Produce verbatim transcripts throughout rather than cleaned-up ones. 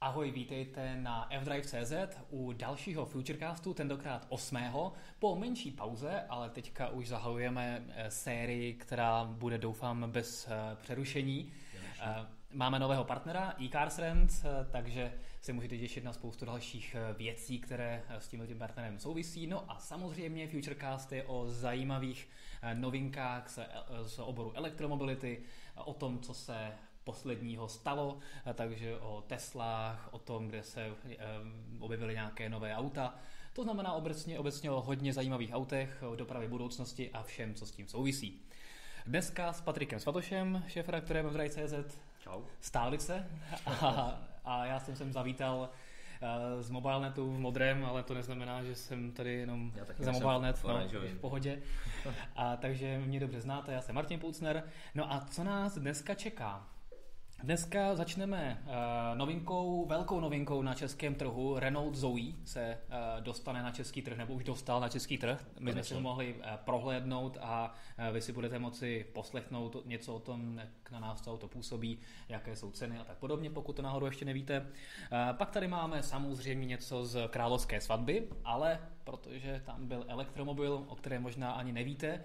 Ahoj, vítejte na F-Drive tečka cé zet u dalšího Futurecastu, tentokrát osmého. Po menší pauze, ale teďka už zahajujeme sérii, která bude, doufám, bez přerušení. Máme nového partnera, eCarsRent, takže se můžete těšit na spoustu dalších věcí, které s tímto partnerem souvisí. No a samozřejmě Futurecast je o zajímavých novinkách z, z oboru elektromobility, o tom, co se posledního stalo, takže o Teslách, o tom, kde se objevily nějaké nové auta. To znamená obecně, obecně o hodně zajímavých autech, o dopravě budoucnosti a všem, co s tím souvisí. Dneska s Patrikem Svatošem, šéfredaktorem F-Drive tečka cé zet. Čau. Stálice. A, a já jsem sem zavítal z MobileNetu v modrém, ale to neznamená, že jsem tady jenom za MobileNet, no, v pohodě. A, takže mě dobře znáte, já jsem Martin Poucner. No a co nás dneska čeká? Dneska začneme uh, novinkou, velkou novinkou na českém trhu. Renault Zoe se uh, dostane na český trh, nebo už dostal na český trh. My jsme si ho mohli uh, prohlédnout a uh, vy si budete moci poslechnout něco o tom, jak na nás to auto působí, jaké jsou ceny a tak podobně, pokud to náhodou ještě nevíte. Uh, pak tady máme samozřejmě něco z Královské svatby, ale protože tam byl elektromobil, o kterém možná ani nevíte.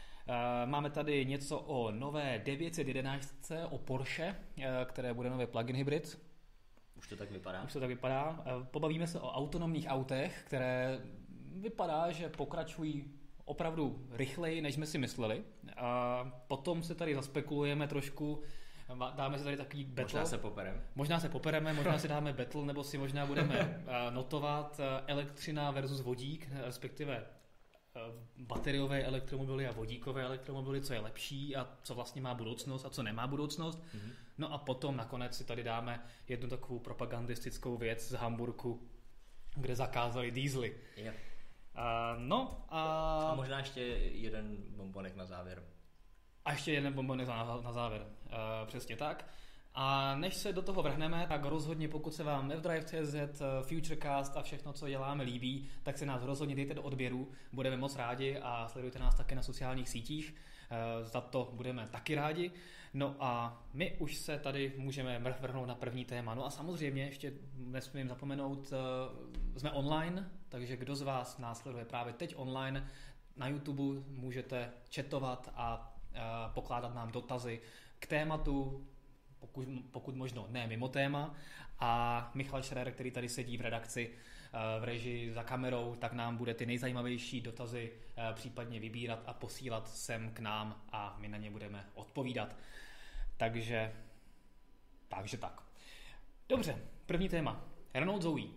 Máme tady něco o nové devět set jedenáct, o Porsche, které bude nový plug-in hybrid. Už to tak vypadá? Už to tak vypadá. Pobavíme se o autonomních autech, které vypadá, že pokračují opravdu rychleji, než jsme si mysleli. A potom se tady zaspekulujeme trošku, dáme si tady takový battle. Možná se popereme. Možná se popereme, možná si dáme battle, nebo si možná budeme notovat elektřina versus vodík, respektive bateriové elektromobily a vodíkové elektromobily, co je lepší a co vlastně má budoucnost a co nemá budoucnost. Mm-hmm. No a potom nakonec si tady dáme jednu takovou propagandistickou věc z Hamburku, kde zakázali diesely. Yeah. Uh, no a... a možná ještě jeden bombonek na závěr. A ještě jeden bombonek na, na závěr. Uh, přesně tak. A než se do toho vrhneme, tak rozhodně, pokud se vám F-Drive tečka cé zet, Futurecast a všechno, co děláme, líbí, tak se nás rozhodně dejte do odběru. Budeme moc rádi a sledujte nás také na sociálních sítích. Za to budeme taky rádi. No a my už se tady můžeme vrhnout na první téma. No a samozřejmě ještě nesmím zapomenout, jsme online, takže kdo z vás nás sleduje právě teď online, na YouTube můžete chatovat a pokládat nám dotazy k tématu, Pokud, pokud možno ne mimo téma, a Michal Schreier, který tady sedí v redakci v režii za kamerou, tak nám bude ty nejzajímavější dotazy případně vybírat a posílat sem k nám a my na ně budeme odpovídat. Takže, takže tak. Dobře, první téma. Renault Zoe.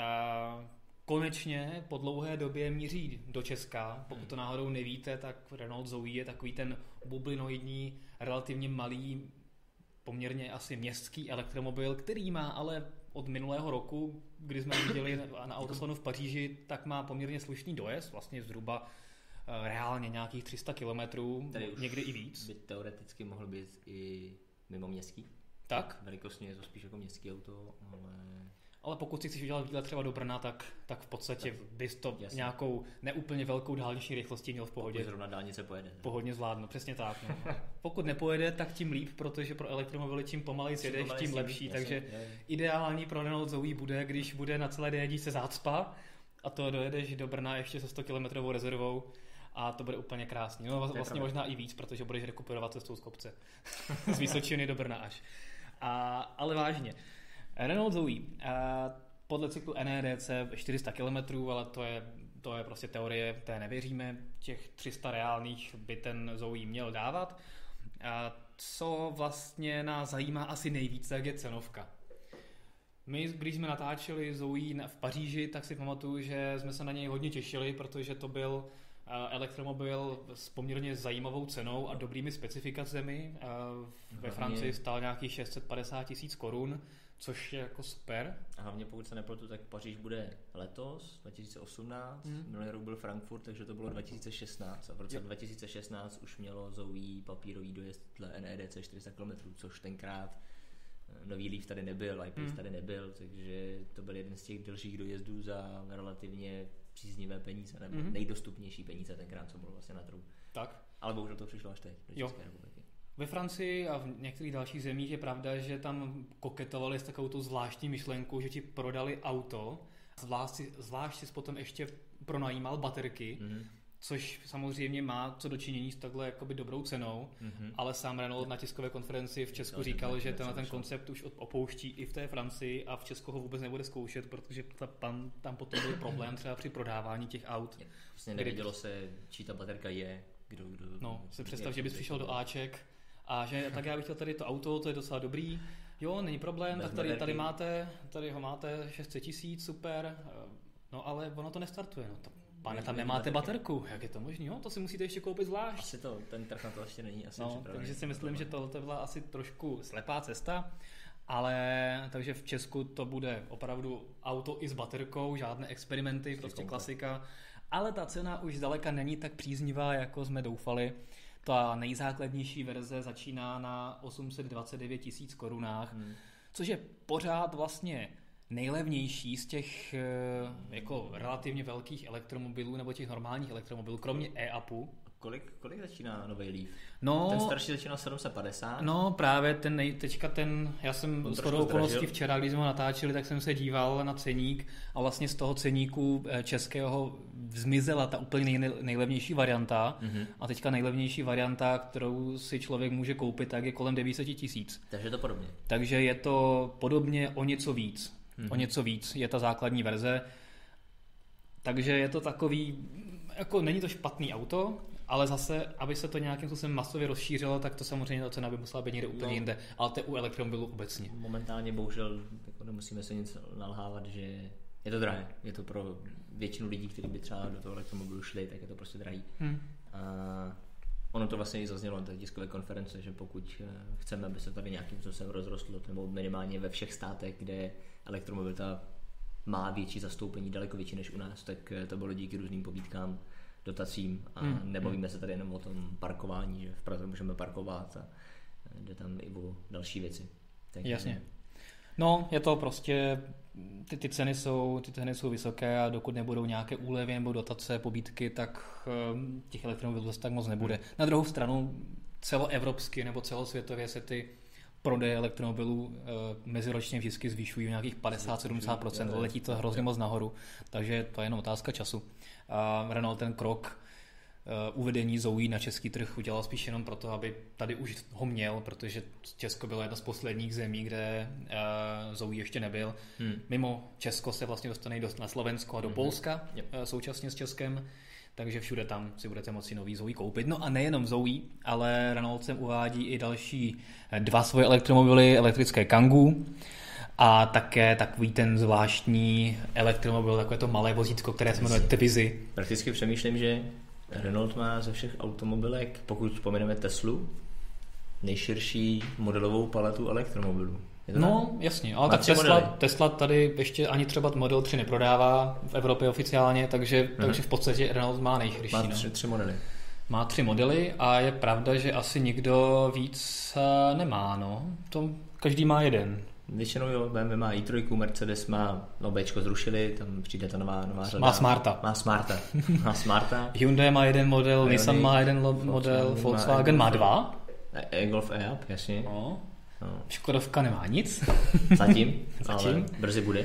Konečně po dlouhé době míří do Česka. Pokud to náhodou nevíte, tak Renault Zoe je takový ten bublinoidní, relativně malý, poměrně asi městský elektromobil, který má ale od minulého roku, kdy jsme viděli na autosalonu v Paříži, tak má poměrně slušný dojezd, vlastně zhruba uh, reálně nějakých tři sta kilometrů, někdy i víc. By teoreticky mohl být i mimo městský. Tak? Velikostně je to spíš jako městský auto, ale... Ale pokud si chceš udělat výlet třeba do Brna, tak, tak v podstatě tak, bys to jasně. Nějakou neúplně velkou dálniční rychlostí měl v pohodě. Pokud zrovna dálnice pojede. Ne? Pohodně zvládnu, přesně tak. No. Pokud nepojede, tak tím líp, protože pro elektromobily čím pomalej jedeš, tím lepší. Jasně, takže je. Ideální pro Renault Zoe bude, když bude na celé dé se zácpa a to dojedeš do Brna ještě se sto kilometrovou rezervou a to bude úplně krásný. No vlastně možná i víc, protože budeš rekuperovat cestou z kopce. Z Vysočiny do Brna až. A, ale vážně. Renault Zoe. Podle cyklu N E D C čtyři sta kilometrů, ale to je, to je prostě teorie, té nevěříme. Těch tři sta reálných by ten Zoe měl dávat. Co vlastně nás zajímá asi nejvíc, tak je cenovka. My, když jsme natáčeli Zoe v Paříži, tak si pamatuju, že jsme se na něj hodně těšili, protože to byl elektromobil s poměrně zajímavou cenou a dobrými specifikacemi. Ve Francii stál nějakých šest set padesát tisíc korun, což je jako super. A hlavně pokud se nepletu, tak Paříž bude letos, dva tisíce osmnáct, hmm. minulý rok byl Frankfurt, takže to bylo dva tisíce šestnáct a v roce jo. dva tisíce šestnáct už mělo Zoe papírový dojezd dle N E D C čtyři sta kilometrů, což tenkrát nový Leaf tady nebyl, I P S hmm. tady nebyl, takže to byl jeden z těch delších dojezdů za relativně příznivé peníze, nebo mm-hmm. nejdostupnější peníze tenkrát, co bylo vlastně na trhu. Tak. Ale bohužel to přišlo až teď do České republiky. Ve Francii a v některých dalších zemích je pravda, že tam koketovali s takovou tou zvláštní myšlenkou, že ti prodali auto, zvlášť si, zvlášť si potom ještě pronajímal baterky, mm-hmm. což samozřejmě má co dočinění s takhle jakoby dobrou cenou, mm-hmm. ale sám Renault na tiskové konferenci v Česku říkal, že tenhle ten koncept už opouští i v té Francii a v Česku ho vůbec nebude zkoušet, protože ta, tam, tam potom byl problém třeba při prodávání těch aut. Vlastně nevědělo se, čí ta baterka je, kdo, kdo... No, si představ, že bys přišel do Aček a že tak já bych chtěl tady to auto, to je docela dobrý. Jo, není problém, tak tady, tady máte, tady ho máte šest set tisíc, super, no ale ono to nestartuje, no to, pane, tam nemáte baterku, jak je to možný, jo, to si musíte ještě koupit zvlášť. Asi to, ten trh na to ještě není asi no, připravený. Takže si myslím, že tohle byla asi trošku slepá cesta, ale takže v Česku to bude opravdu auto i s baterkou, žádné experimenty, prostě, prostě klasika, ale ta cena už zdaleka není tak příznivá, jako jsme doufali. Ta nejzákladnější verze začíná na osm set dvacet devět tisíc korunách, hmm. což je pořád vlastně nejlevnější z těch jako relativně velkých elektromobilů nebo těch normálních elektromobilů, kromě e-upu. Kolik, kolik začíná nový Leaf? No, ten starší začíná sedm set padesát. No právě ten nej, teďka ten, já jsem s shodou okolností včera, když jsme ho natáčeli, tak jsem se díval na ceník a vlastně z toho ceníku českého zmizela ta úplně nej, nejlevnější varianta mm-hmm. a teďka nejlevnější varianta, kterou si člověk může koupit, tak je kolem devět set tisíc. Takže je to podobně. Takže je to podobně o něco víc. Mm-hmm. O něco víc je ta základní verze. Takže je to takový, jako není to špatný auto, ale zase, aby se to nějakým způsobem masově rozšířilo, tak to samozřejmě ta cena by musela být někde úplně no, jinde. Ale to je u elektromobilů obecně. Momentálně bohužel jako nemusíme se nic nalhávat, že je to drahé. Je to pro většinu lidí, kteří by třeba do toho elektromobilu šli, tak je to prostě drahý. Hmm. A ono to vlastně i zaznělo na té tiskové konference, že pokud chceme, aby se tady nějakým způsobem rozrostlo, nebo minimálně ve všech státech, kde elektromobilita má větší zastoupení, daleko větší než u nás, tak to bylo díky různým pobídkám, dotacím a hmm. nebavíme se tady jenom o tom parkování, že v Praze můžeme parkovat a jde tam i o další věci. Tak jasně. No, je to prostě, ty, ty, ceny jsou, ty ceny jsou vysoké a dokud nebudou nějaké úlevy nebo dotace, pobídky, tak um, těch elektromobilů zase tak moc nebude. Hmm. Na druhou stranu celoevropsky nebo celosvětově se ty prodeje elektromobilů uh, meziročně vždycky zvýšují nějakých padesát až sedmdesát procent, letí to hrozně moc nahoru, takže to je jenom otázka času. A Renault ten krok uh, uvedení Zoe na český trh udělal spíš jenom proto, aby tady už ho měl, protože Česko bylo jedna z posledních zemí, kde uh, Zoe ještě nebyl. Hmm. Mimo Česko se vlastně dostane do, na Slovensko a do hmm. Polska yep. uh, současně s Českem, takže všude tam si budete moci nový Zoe koupit. No a nejenom Zoe, ale Renault sem uvádí i další dva svoje elektromobily, elektrické Kangoo, a také takový ten zvláštní elektromobil, takové to malé vozítko, které se jmenuje Twizy. Prakticky přemýšlím, že Renault má ze všech automobilek, pokud pomineme Teslu, nejširší modelovou paletu elektromobilů. No, tak? Jasně, ale tak Tesla, Tesla tady ještě ani třeba Model tři neprodává v Evropě oficiálně, takže, hmm. takže v podstatě Renault má nejširší. Má tři, no. tři modely. Má tři modely a je pravda, že asi nikdo víc nemá, no. To každý má jeden. Většinou jo, B M W má i tři, Mercedes má, no Bčko zrušili, tam přijde ta nová, nová řada. Má Smarta. Má Smarta. Má Smarta. Hyundai má jeden model, a Nissan má jeden model, Volkswagen, Volkswagen má dva. E-Golf E-Up, jasně. No. No. Škodovka nemá nic. Zatím, Zatím. Ale brzy bude.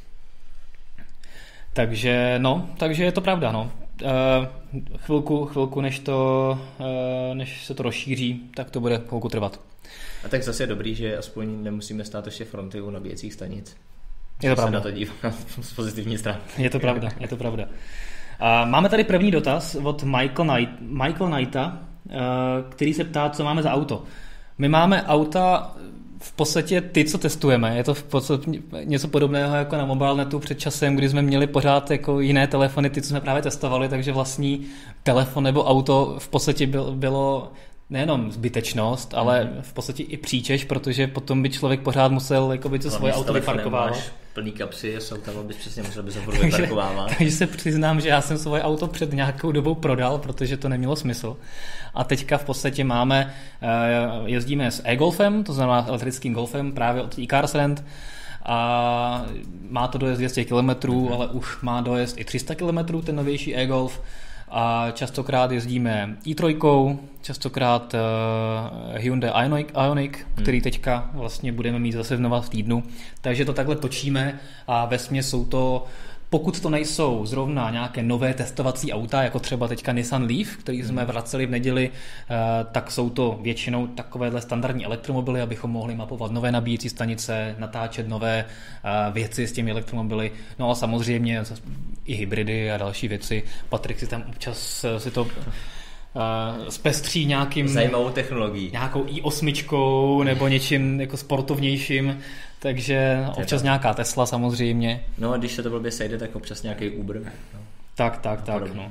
Takže, no, takže je to pravda, no. Uh, chvilku, chvilku, než to, uh, než se to rozšíří, tak to bude chvilku trvat. A tak zase je dobrý, že aspoň nemusíme stát ještě fronty u nabíjecích stanic. Je to pravda. Se na to dívám z pozitivní strany. Je to pravda, je to pravda. Uh, máme tady první dotaz od Michael, Knight, Michael Knighta, uh, který se ptá, co máme za auto. My máme auta v podstatě ty, co testujeme. Je to v podstatě něco podobného jako na Mobilnetu před časem, kdy jsme měli pořád jako jiné telefony, ty, co jsme právě testovali, takže vlastní telefon nebo auto v podstatě bylo, bylo nejenom zbytečnost, ale v podstatě i příčeš, protože potom by člověk pořád musel jakoby, co svoje auto vyparkovávat. Plný kapsy, jsou tam, bys přesně musel bys ho vyparkovávat. Takže se přiznám, že já jsem svoje auto před nějakou dobou prodal, protože to nemělo smysl. A teďka v podstatě máme, jezdíme s e-Golfem, to znamená elektrickým Golfem právě od e-Cars Rent, a má to dojezd dvě stě kilometrů, mm-hmm. ale už má dojezd i tři sta kilometrů, ten novější e-Golf. a častokrát jezdíme i tři, častokrát uh, Hyundai Ioniq, Ioniq hmm. který teďka vlastně budeme mít zase znova v týdnu. Takže to takhle točíme a vesměs jsou to, pokud to nejsou zrovna nějaké nové testovací auta, jako třeba teďka Nissan Leaf, který jsme vraceli v neděli, tak jsou to většinou takovéhle standardní elektromobily, abychom mohli mapovat nové nabíjecí stanice, natáčet nové věci s těmi elektromobily. No a samozřejmě i hybridy a další věci. Patrik si tam občas si to zpestří nějakým... zajímavou technologií. Nějakou i osm nebo něčím jako sportovnějším. Takže občas tak. Nějaká Tesla samozřejmě. No a když se to blbě sejde, tak občas nějaký Uber. No. Tak, tak, tak. No.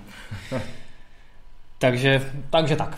takže, takže tak.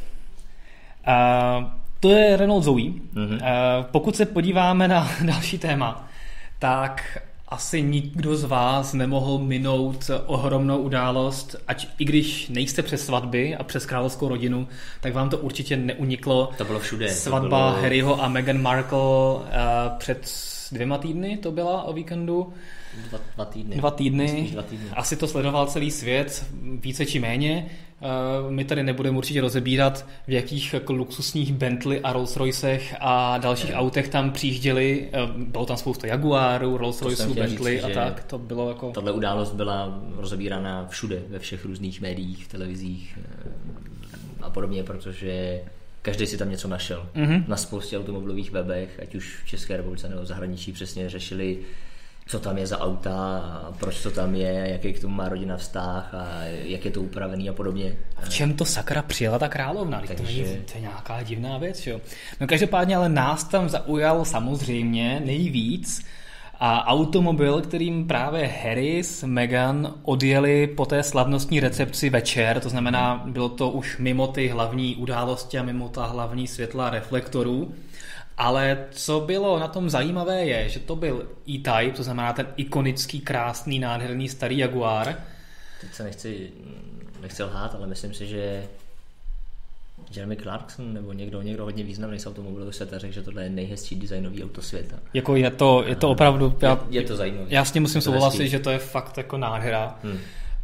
Uh, to je Renault Zoe. Mm-hmm. Uh, pokud se podíváme na další téma, tak asi nikdo z vás nemohl minout ohromnou událost, ať i když nejste přes svatby a přes královskou rodinu, tak vám to určitě neuniklo. To bylo všude. Svatba bylo... Harryho a Meghan Markle uh, před dvěma týdny to byla o víkendu. Dva, dva týdny. Dva týdny. dva týdny. Asi to sledoval celý svět, více či méně. My tady nebudeme určitě rozebírat, v jakých jako luxusních Bentley a Rolls Roycech a dalších ne. autech tam přijížděli. Bylo tam spousta Jaguarů, Rolls Royceů, Bentley říct, a tak. To bylo jako... Tahle událost byla rozebírána všude, ve všech různých médiích, televizích a podobně, protože každý si tam něco našel. Mm-hmm. Na spoustě automobilových webech, ať už v České republice nebo v zahraničí, přesně řešili, co tam je za auta, a proč to tam je, jaký k tomu má rodina vztah a jak je to upravený a podobně. V čem to sakra přijela ta královna? Takže... To, je, to je nějaká divná věc, jo. No každopádně ale nás tam zaujal samozřejmě nejvíc a automobil, kterým právě Harry s Meghan odjeli po té slavnostní recepci večer, to znamená, bylo to už mimo ty hlavní události a mimo ta hlavní světla reflektorů. Ale co bylo na tom zajímavé je, že to byl E-Type, to znamená ten ikonický, krásný, nádherný starý Jaguar. Teď se nechci, nechci lhát, ale myslím si, že Jeremy Clarkson nebo někdo, někdo hodně významný z automobilového světa řekl, že tohle je nejhezčí designový auto světa. Jako je to, je to opravdu... Já, je, je to zajímavé. Já s tím musím souhlasit, že to je fakt jako nádhera. Hmm.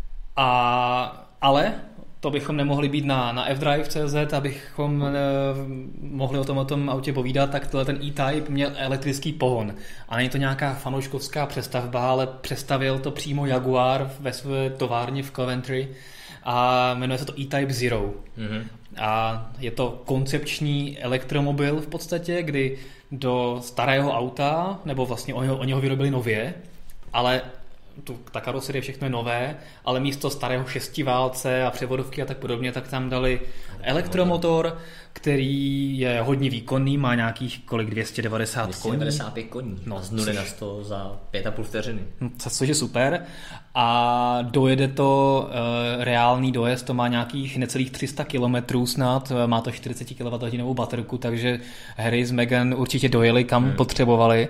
A, ale... To bychom nemohli být na, na F Drive tečka cé zet, abychom e, mohli o tom, o tom autě povídat, tak tohle ten E-Type měl elektrický pohon. A není to nějaká fanouškovská přestavba, ale přestavil to přímo Jaguar ve své továrně v Coventry a jmenuje se to E-Type Zero. Mm-hmm. A je to koncepční elektromobil v podstatě, kdy do starého auta, nebo vlastně oni ho, oni ho vyrobili nově, ale tu, ta karoserie všechno je nové, ale místo starého šestiválce a převodovky a tak podobně, tak tam dali elektromotor, který je hodně výkonný, má nějakých kolik dvě stě devadesát koní. dvě stě devadesát pět koní. No, z nuly na sto za pět a půl vteřiny. Což je super. A dojede to, e, reálný dojezd, to má nějakých necelých tři sta kilometrů snad, má to čtyřicet kilowatthodin baterku, takže Harry s Meghan určitě dojeli kam hmm. potřebovali.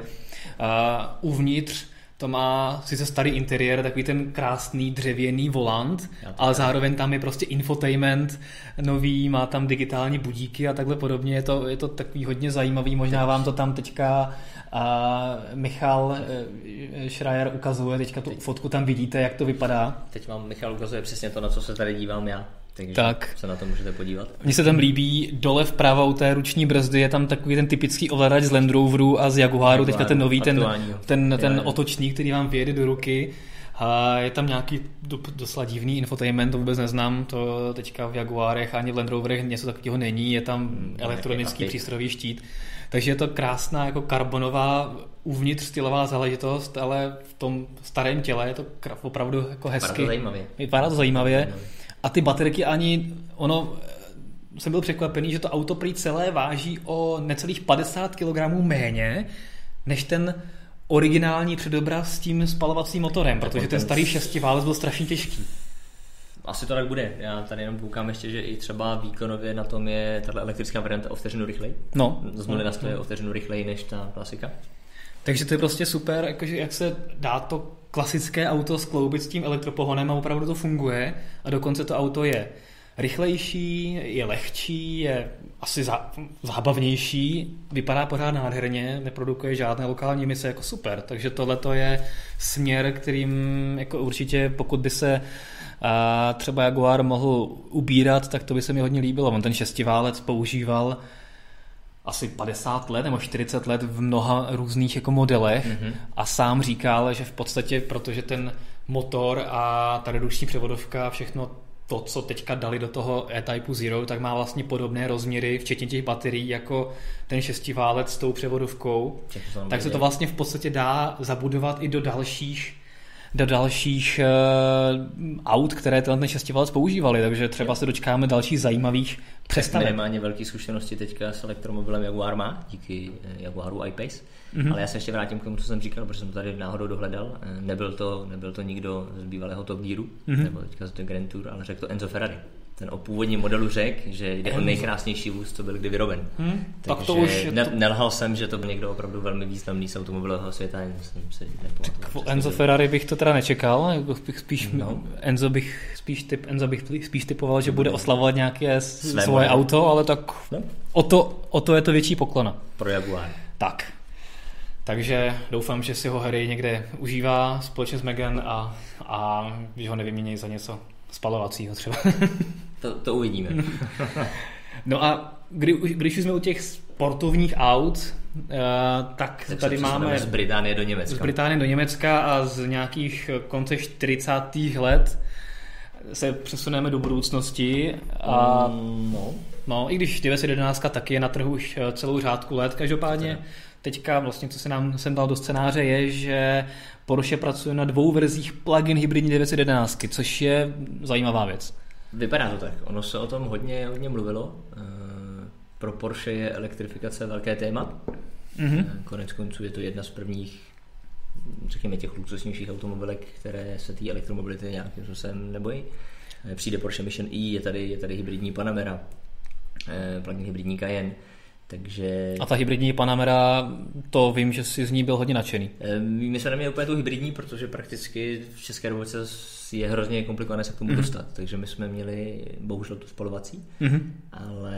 Uh, uvnitř to má sice starý interiér, takový ten krásný dřevěný volant, ale zároveň tam je prostě infotainment nový, má tam digitální budíky a takhle podobně. Je to, je to takový hodně zajímavý, možná vám to tam teďka a Michal Schreier ukazuje, teďka tu fotku tam vidíte, jak to vypadá. Teď vám Michal ukazuje přesně to, na co se tady dívám já. Takže tak. Se na to můžete podívat. Mně se tam líbí, dole vpravo u té ruční brzdy je tam takový ten typický ovladač z Land Roveru a z Jaguaru, teďka ten nový, ten, ten, ten otočník, který vám vyjede do ruky. A je tam nějaký docela divný infotainment, to vůbec neznám, to teďka v Jaguarech ani v Land Roverech něco takového není, je tam hmm, elektronický přístrojový štít. Takže je to krásná jako karbonová uvnitř stylová záležitost, ale v tom starém těle je to opravdu jako hezky. Vypadá to zajímavě. Vypadá to zajímavě. A ty baterky ani, ono, jsem byl překvapený, že to auto prý celé váží o necelých padesát kilogramů méně, než ten originální předobraz s tím spalovacím motorem, protože ten starý šestiválec byl strašně těžký. Asi to tak bude. Já tady jenom koukám ještě, že i třeba výkonově na tom je tato elektrická varianta o vteřinu rychleji. No. Z nuly na sto je o vteřinu rychleji než ta klasika. Takže to je prostě super, jakože jak se dá to klasické auto skloubit s tím elektropohonem a opravdu to funguje a dokonce to auto je rychlejší, je lehčí, je asi zá, zábavnější, vypadá pořád nádherně, neprodukuje žádné lokální emise, jako super. Takže tohleto je směr, kterým jako určitě, pokud by se a třeba Jaguar mohl ubírat, tak to by se mi hodně líbilo. On ten šestiválec používal asi padesát let nebo čtyřicet let v mnoha různých jako modelech mm-hmm. a sám říkal, že v podstatě, protože ten motor a ta redukční převodovka, všechno to, co teďka dali do toho E-Type Zero, tak má vlastně podobné rozměry, včetně těch baterií, jako ten šestiválec s tou převodovkou. Tak se to vlastně v podstatě dá zabudovat i do dalších do dalších uh, aut, které tenhle šestiválec používali, takže třeba se dočkáme dalších zajímavých přestavek. Minimálně velké zkušenosti teďka s elektromobilem Jaguar má, díky Jaguaru I-Pace, mm-hmm. ale já se ještě vrátím k tomu, co jsem říkal, protože jsem tady náhodou dohledal. Nebyl to, nebyl to nikdo z bývalého Top Gearu, mm-hmm. nebo teďka z The Grand Tour, ale řekl to Enzo Ferrari. Ten o původním modelu řekl, že jde Enzo. O nejkrásnější vůz, co byl kdy vyroben. Hmm, takže tak to už ne, to... nelhal jsem, že to byl někdo opravdu velmi významný z automobilového světa, jen jsem si nepamatoval. Enzo Ferrari bych to teda nečekal, bych spíš, no. Enzo bych spíš, typ, Enzo bych spíš typoval, že bude oslavovat nějaké Své svoje model. Auto, ale tak no. o, to, o to je to větší poklona. Pro Jaguar. Tak. Takže doufám, že si ho Harry někde užívá společně s Meghan a, a že ho nevymění za něco spalovacího třeba. To, to uvidíme. No a kdy, když jsme u těch sportovních aut, uh, tak, tak tady máme z Británie do Německa. Z Británie do Německa a z nějakých konce čtyřicátých let se přesuneme do budoucnosti. A, mm, no. no, i když devět set jedenáct taky je na trhu už celou řádku let. Každopádně teďka vlastně, co se nám sem dal do scénáře, je, že Porsche pracuje na dvou verzích plug-in hybridní devět set jedenáct, což je zajímavá věc. Vypadá to tak. Ono se o tom hodně, hodně mluvilo. Pro Porsche je elektrifikace velké téma. Mm-hmm. Konec konců je to jedna z prvních, řekněme, těch luxusnějších automobilek, které se té elektromobility nějakým způsobem nebojí. Přijde Porsche Mission E, je tady, je tady hybridní Panamera, plug-in hybridní Cayenne. Takže... A ta hybridní Panamera, to vím, že jsi z ní byl hodně nadšený. My jsme neměli úplně tu hybridní, protože prakticky v České republice je hrozně komplikované se k tomu mm-hmm. dostat. Takže my jsme měli bohužel tu spalovací, mm-hmm. ale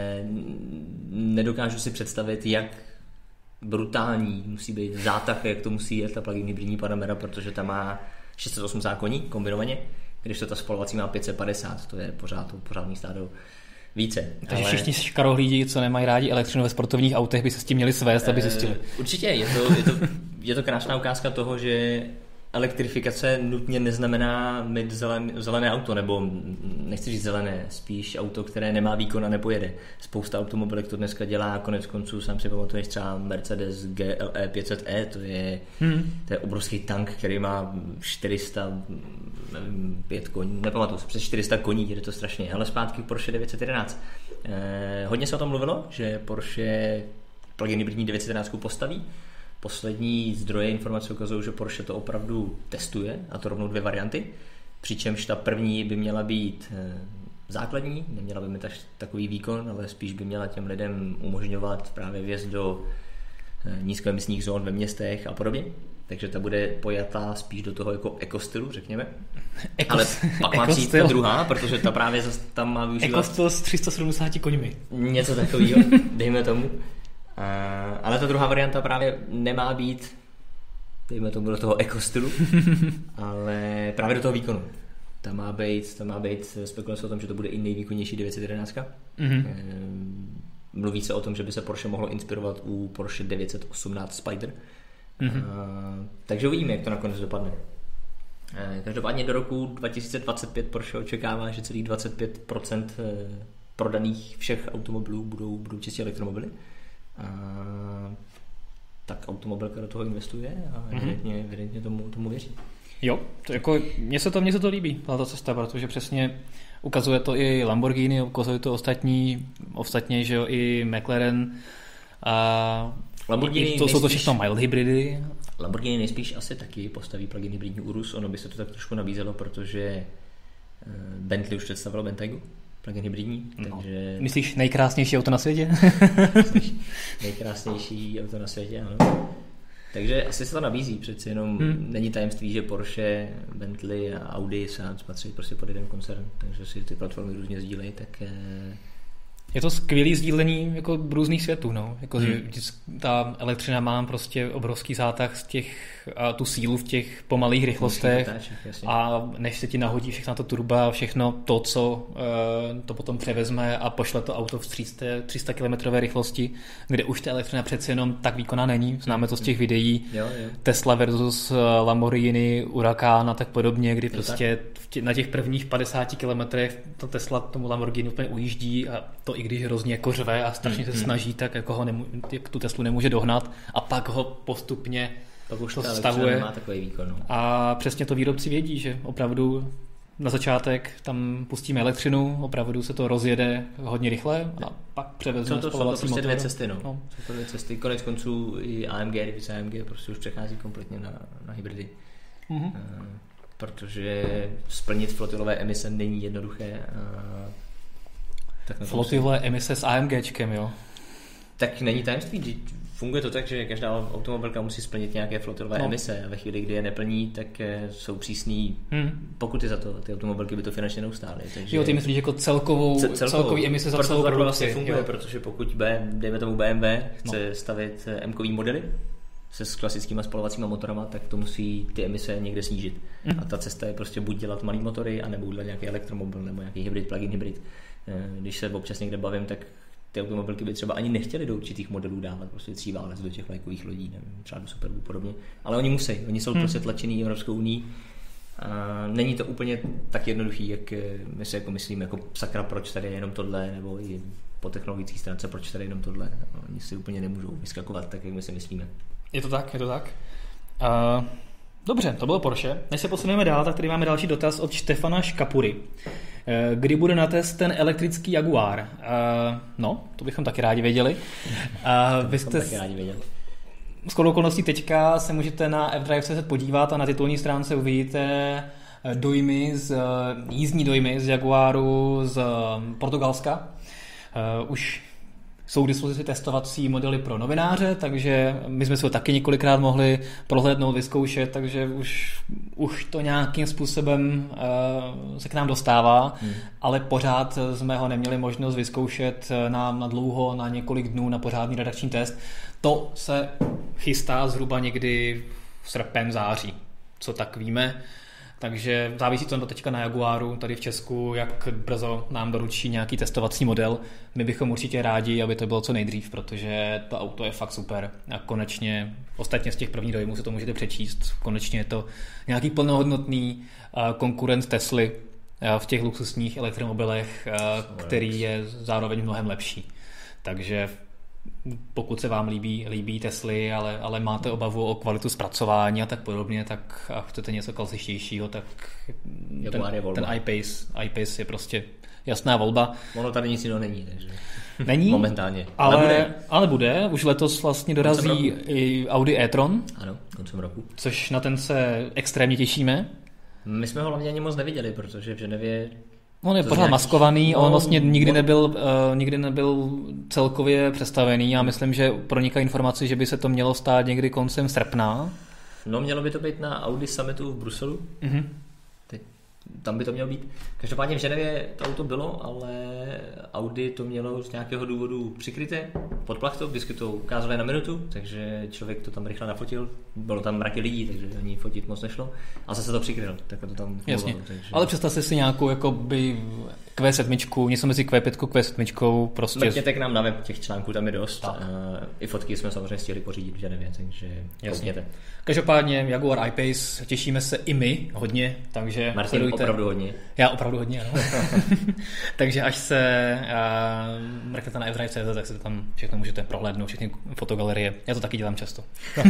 nedokážu si představit, jak brutální musí být zátah, jak to musí jet ta plug-in hybridní Panamera, protože ta má šest set osmdesát koní kombinovaně, když to ta spalovací má pět set padesát, to je pořád pořádný stádo. Více. Takže ale... všichni škarohlídi, co nemají rádi elektřinu ve sportovních autech, by se s tím měli svést, aby zjistili. Určitě, je to, je, to, je to krásná ukázka toho, že elektrifikace nutně neznamená mít zelen, zelené auto, nebo nechci říct zelené, spíš auto, které nemá výkon a nepojede. Spousta automobilek to dneska dělá, konec konců sám si pamatuješ třeba Mercedes G L E pět set E, to je, hmm. to je obrovský tank, který má čtyři sta, nevím, pět koní, nepamatuju, přes čtyři sta koní, je to strašně, ale zpátky Porsche devět set jedenáct. Eh, hodně se o tom mluvilo, že Porsche plug-in hybridní devět set jedenáct postaví. Poslední zdroje informace ukazují, že Porsche to opravdu testuje, a to rovnou dvě varianty, přičemž ta první by měla být základní, neměla by mít až takový výkon, ale spíš by měla těm lidem umožňovat právě vjezd do nízkoemisních zón ve městech a podobně. Takže ta bude pojatá spíš do toho jako ekostylu, řekněme. Ekos, ale pak má přijít ta druhá, protože ta právě tam má využívat... Ekostyl s tři sta sedmdesáti koňmi. Něco takového, dejme tomu. Uh, ale ta druhá varianta právě nemá být, dejme tomu do toho ekostylu, ale právě do toho výkonu. Ta má být, ta má být spekulace o tom, že to bude i nejvýkonnější devět set jedenáct. Mm-hmm. Uh, mluví se o tom, že by se Porsche mohlo inspirovat u Porsche devět set osmnáct Spider. Mm-hmm. Uh, takže uvidíme, jak to nakonec dopadne. Uh, každopádně do roku dva tisíce dvacet pět Porsche očekává, že celých dvacet pět procent prodaných všech automobilů budou, budou čistě elektromobily. A tak automobilka do toho investuje a evidentně, mm-hmm. evidentně tomu, tomu věří. Jo, to jako, mně se to, mně se to líbí, ta cesta, protože přesně ukazuje to i Lamborghini, ukazuje to ostatní, ostatně, že jo, i McLaren a Lamborghini to jsou to všechno mild hybridy. Lamborghini nejspíš asi taky postaví plug-in hybridní Urus, ono by se to tak trošku nabízelo, protože Bentley už představilo Bentaygu, plug-in hybridní, takže... No. Myslíš nejkrásnější auto na světě? Myslíš nejkrásnější auto na světě, ano. Takže asi se to nabízí, přeci jenom hmm. není tajemství, že Porsche, Bentley a Audi se patří prostě pod jeden koncern, takže si ty platformy různě sdílejí, tak... Je to skvělý sdílení jako různých světů, no. Jako, hmm. že ta elektřina má prostě obrovský zátah z těch, a tu sílu v těch pomalých rychlostech otáček, a než se ti nahodí všechna to turba a všechno to, co e, to potom převezme a pošle to auto v tři sta kilometrové rychlosti, kde už ta elektřina přeci jenom tak výkonná není. Známe to z těch videí jo, jo. Tesla versus Lamborghini, Huracán a tak podobně, kdy prostě tě, na těch prvních padesáti kilometrech ta Tesla tomu Lamborghini úplně ujíždí a to i když hrozně jako řve a strašně se snaží, tak jako ho nemů, tu Teslu nemůže dohnat a pak ho postupně pak už to ta stavuje. Má takový výkon, no. A přesně to výrobci vědí, že opravdu na začátek tam pustíme elektřinu, opravdu se to rozjede hodně rychle a pak převezme spalovací motor. Jsou to prostě dvě cesty, no. no. Jsou to dvě cesty. Konec konců i A M G, kdyby A M G prostě už přechází kompletně na, na hybridy. Mm-hmm. Uh, protože splnit flotilové emise není jednoduché. Uh, Flotilové emise s AMGčkem, jo? Tak není tajemství. Funguje to tak, že každá automobilka musí splnit nějaké flotilové no. emise a ve chvíli, kdy je neplní, tak jsou přísný hmm. pokuty za to. Ty automobilky by to finančně neustály. Takže... Jo, ty myslíš jako celkovou, celkovou, celkový emise za celou produkci. Vlastně funguje, jo. Protože pokud B, dejme tomu B M W chce no. stavit M-kový modely se s klasickými spalovacíma motorama, tak to musí ty emise někde snížit. Hmm. A ta cesta je prostě buď dělat malý motory, anebo udělat nějaký elektromobil nebo nějaký hybrid, plug-in hybrid. Když se občas někde bavím, tak ty automobilky by třeba ani nechtěli do určitých modelů dávat prostě tříválec do těch vlajkových lodí, nevím, třeba do Superbu podobně, ale oni musí, oni jsou hmm. prostě tlačený Evropskou unii a není to úplně tak jednoduchý, jak my si jako myslíme, jako sakra, proč tady je jenom tohle, nebo i po technologické stránce, proč tady je jenom tohle, oni si úplně nemůžou vyskakovat tak, jak my si myslíme. Je to tak, je to tak. Uh, dobře, to bylo Porsche. Než se posuneme dál, tak tady máme další dotaz od Štefana Škapury. Kdy bude na test ten elektrický Jaguar? Uh, no, to bychom taky rádi věděli. Uh, vy jste taky rádi věděli. Shodou okolností teďka se můžete na f drive tečka cé zet podívat a na titulní stránce uvidíte dojmy, z, jízdní dojmy z Jaguaru z Portugalska. Uh, už jsou k dispozici testovací modely pro novináře, takže my jsme si ho taky několikrát mohli prohlédnout, vyzkoušet, takže už, už to nějakým způsobem uh, se k nám dostává, hmm. ale pořád jsme ho neměli možnost vyzkoušet na, na dlouho, na několik dnů, na pořádný redakční test. To se chystá zhruba někdy v srpen, září, co tak víme. Takže závisí to teďka na Jaguaru tady v Česku, jak brzo nám doručí nějaký testovací model. My bychom určitě rádi, aby to bylo co nejdřív, protože to auto je fakt super. A konečně, ostatně z těch prvních dojmů se to můžete přečíst, konečně je to nějaký plnohodnotný konkurent Tesly v těch luxusních elektromobilech, který je zároveň mnohem lepší. Takže pokud se vám líbí, líbí Tesly, ale, ale máte obavu o kvalitu zpracování a tak podobně, tak a chcete něco klasičtějšího, tak ten, ten I-Pace, I-Pace je prostě jasná volba. Ono tady nic jiného není, takže není, momentálně. Ale, ale, bude. ale bude. Už letos vlastně dorazí i Audi e-tron. Ano, koncem roku. Což na ten se extrémně těšíme. My jsme ho hlavně ani moc neviděli, protože v Ženevě on je pořád nějaký... maskovaný, no, on vlastně nikdy nebyl, uh, nikdy nebyl celkově představený. Já myslím, že proniká informace, že by se to mělo stát někdy koncem srpna. No, mělo by to být na Audi Summitu v Bruselu. Mm-hmm. Teď, tam by to mělo být. Každopádně v Ženevě to auto bylo, ale Audi to mělo z nějakého důvodu přikryté pod plachtou, vždycky to ukázali na minutu, takže člověk to tam rychle nafotil. Bylo tam mraky lidí, takže ani fotit moc nešlo. A zase to přikryl, tak to tam jasně. Fungovalo, takže... Ale představte si nějakou jakoby Q sedm, něco mezi Q pět, Q sedm, prostě... Mrkněte k nám na web, těch článků tam je dost. Uh, I fotky jsme samozřejmě chtěli pořídit v Ženevě, takže koukněte. Každopádně Jaguar I-Pace, těšíme se i my hodně, takže... Martin, sledujte. Opravdu hodně. Já opravdu hodně, ano. Takže až se uh, mrknete na f drive tečka cé zet, tak se tam všechno můžete prohlédnout, všechny fotogalerie. Já to taky dělám často.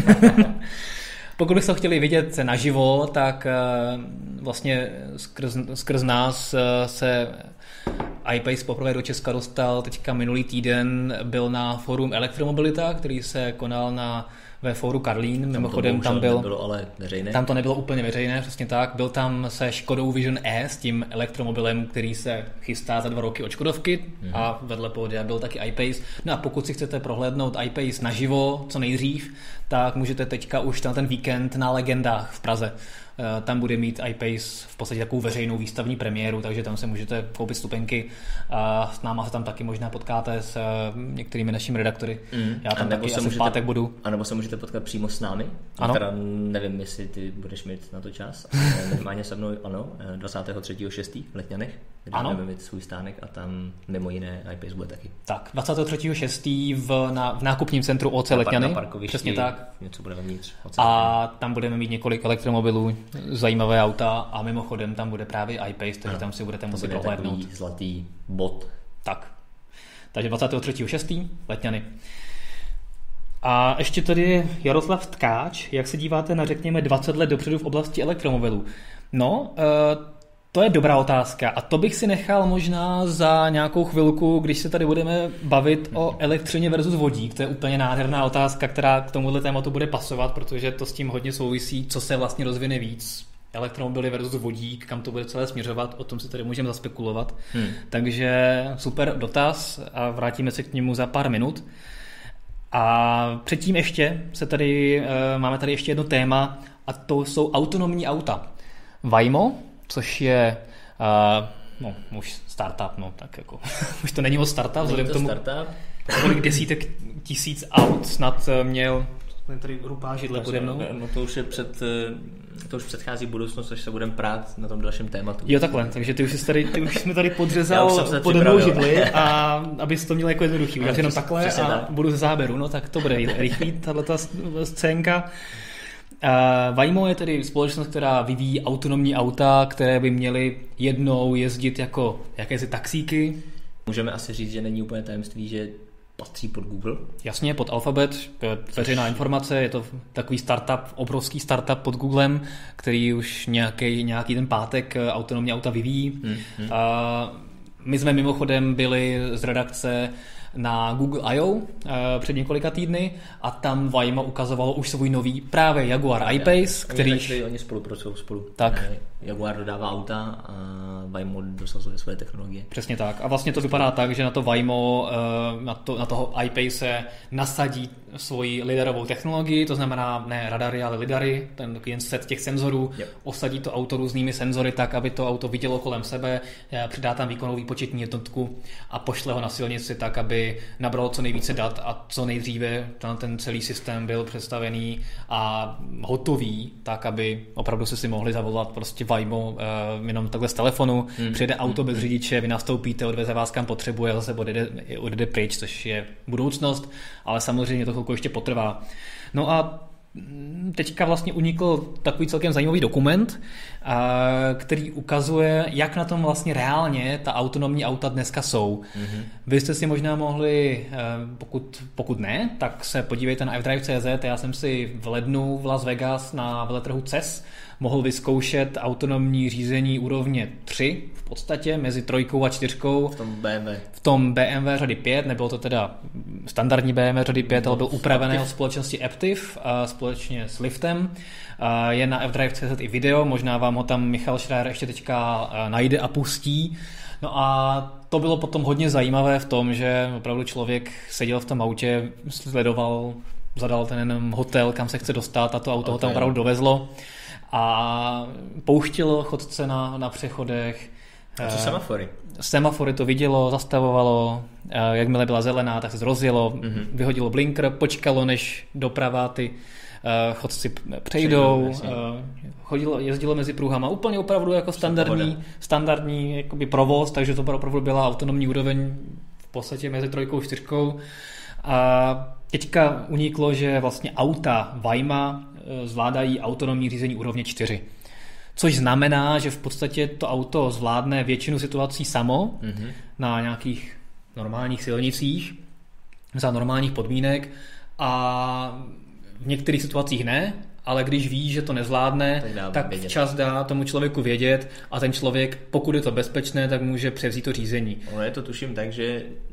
Pokud byste ho chtěli vidět naživo, tak vlastně skrz, skrz nás se I-Pace poprvé do Česka dostal teďka minulý týden, byl na fórum Elektromobilita, který se konal na ve fóru Karlín. Tam Mimochodem to tam byl, nebylo ale veřejné. Tam to nebylo úplně veřejné, přesně tak. Byl tam se Škodou Vision E, s tím elektromobilem, který se chystá za dva roky od Škodovky mm-hmm. a vedle Podia byl taky iPace. No a pokud si chcete prohlédnout iPace naživo co nejdřív, tak můžete teďka už na ten víkend na Legendách v Praze. Tam bude mít iPace v podstatě takovou veřejnou výstavní premiéru, takže tam se můžete koupit stupenky a s náma se tam taky možná potkáte s některými našimi redaktory. Mm. Já tam taky asi v pátek budu. A nebo se můžete potkat přímo s námi. Ano. Teda nevím, jestli ty budeš mít na to čas. Minimálně se mnou, ano, dvacátého třetího šestého v Letňanech, kde budeme mít svůj stánek a tam mimo jiné iPace bude taky. Tak, dvacátého třetího šestého v, na, v nákupním centru O C Letňany. Přesně tak. Něco bude vevnitř. A tam budeme mít několik elektromobilů, zajímavé auta a mimochodem tam bude právě iPace, takže ano, tam si budete muset prohlédnout. Zlatý bod. Tak. Takže dvacátého třetího šestého Letňany. A ještě tady je Jaroslav Tkáč. Jak se díváte na, řekněme, dvacet let dopředu v oblasti elektromobilů? No, uh, to je dobrá otázka a to bych si nechal možná za nějakou chvilku, když se tady budeme bavit o elektřině versus vodík. To je úplně nádherná otázka, která k tomuhle tématu bude pasovat, protože to s tím hodně souvisí, co se vlastně rozvine víc. Elektromobily versus vodík, kam to bude celé směřovat, o tom si tady můžeme zaspekulovat. Hmm. Takže super dotaz a vrátíme se k němu za pár minut. A předtím ještě se tady, máme tady ještě jedno téma a to jsou autonomní auta. Waymo, což je uh, no, už startup, no tak jako už to není o startup, vzhledem k tomu, kolik desítek tisíc aut snad měl tady hrubá židle pode mnou. No to už je před, to už předchází budoucnost, až se budeme prát na tom dalším tématu. Jo takhle, takže ty už, jsi tady, ty už jsme tady podřezal pode mnou židli a abys to měl jako jednoduchý. Uděláš jenom takhle a tak. Budu z záběru, no tak to bude rychlý tato scénka. Uh, Waymo je tedy společnost, která vyvíjí autonomní auta, které by měly jednou jezdit jako jakési taxíky. Můžeme asi říct, že není úplně tajemství, že patří pod Google. Jasně, pod Alphabet, veřejná informace, je to takový startup, obrovský startup pod Googlem, který už nějaký, nějaký ten pátek autonomní auta vyvíjí. Hmm, hmm. Uh, my jsme mimochodem byli z redakce na Google I O uh, před několika týdny a tam Waymo ukazovalo už svůj nový právě Jaguar I-Pace, který... Oni, oni spolupracují spolu. Tak. Jaguar dodává auta a Waymo dosazuje své technologie. Přesně tak. A vlastně to vypadá tak, že na to Waymo, uh, na, to, na toho I-Pace nasadí svoji lidarovou technologii, to znamená ne radary, ale lidary, ten jen set těch senzorů, yep. Osadí to auto různými senzory tak, aby to auto vidělo kolem sebe, přidá tam výkonovou výpočetní jednotku a pošle ho na silnici tak, aby nabralo co nejvíce dat a co nejdříve ten celý systém byl představený a hotový, tak, aby opravdu si si mohli zavolat prostě Waymo uh, jenom takhle z telefonu, hmm. přijede auto bez řidiče, vy nastoupíte, odveze vás kam potřebuje, zase odjede, odjede pryč, což je budoucnost, ale samozřejmě to chvilku ještě potrvá. No a teďka vlastně unikl takový celkem zajímavý dokument, který ukazuje, jak na tom vlastně reálně ta autonomní auta dneska jsou. Mm-hmm. Vy jste si možná mohli, pokud, pokud ne, tak se podívejte na iDrive tečka cé zet. Já jsem si v lednu v Las Vegas na veletrhu C E S mohl vyzkoušet autonomní řízení úrovně tři v podstatě mezi trojkou a čtyřkou. V tom bé em vé. V tom bé em vé řady pět, nebylo to teda standardní bé em vé řady pět, ale byl upravený od společnosti Aptiv a společně s Liftem. Je na iDrive tečka cé zet i video, možná vám ho tam Michal Schreier ještě teďka najde a pustí. No a to bylo potom hodně zajímavé v tom, že opravdu člověk seděl v tom autě, sledoval, zadal ten hotel, kam se chce dostat a to auto okay. ho tam opravdu dovezlo. A pouštilo chodce na, na přechodech. A co semafory? Semafory to vidělo, zastavovalo, jakmile byla zelená, tak se rozjelo, mm-hmm. vyhodilo blinker, počkalo, než doprava ty chodci přejdou, chodilo, jezdilo mezi pruhama, úplně opravdu jako standardní, standardní jakoby provoz, takže to opravdu byla autonomní úroveň v podstatě mezi trojkou a čtyřkou. A teďka uniklo, že vlastně auta Wayma zvládají autonomní řízení úrovně čtyři. Což znamená, že v podstatě to auto zvládne většinu situací samo mm-hmm. na nějakých normálních silnicích za normálních podmínek a v některých situacích ne, ale když ví, že to nezvládne, tak, tak včas dá tomu člověku vědět a ten člověk, pokud je to bezpečné, tak může převzít to řízení. Ono je to tuším tak, že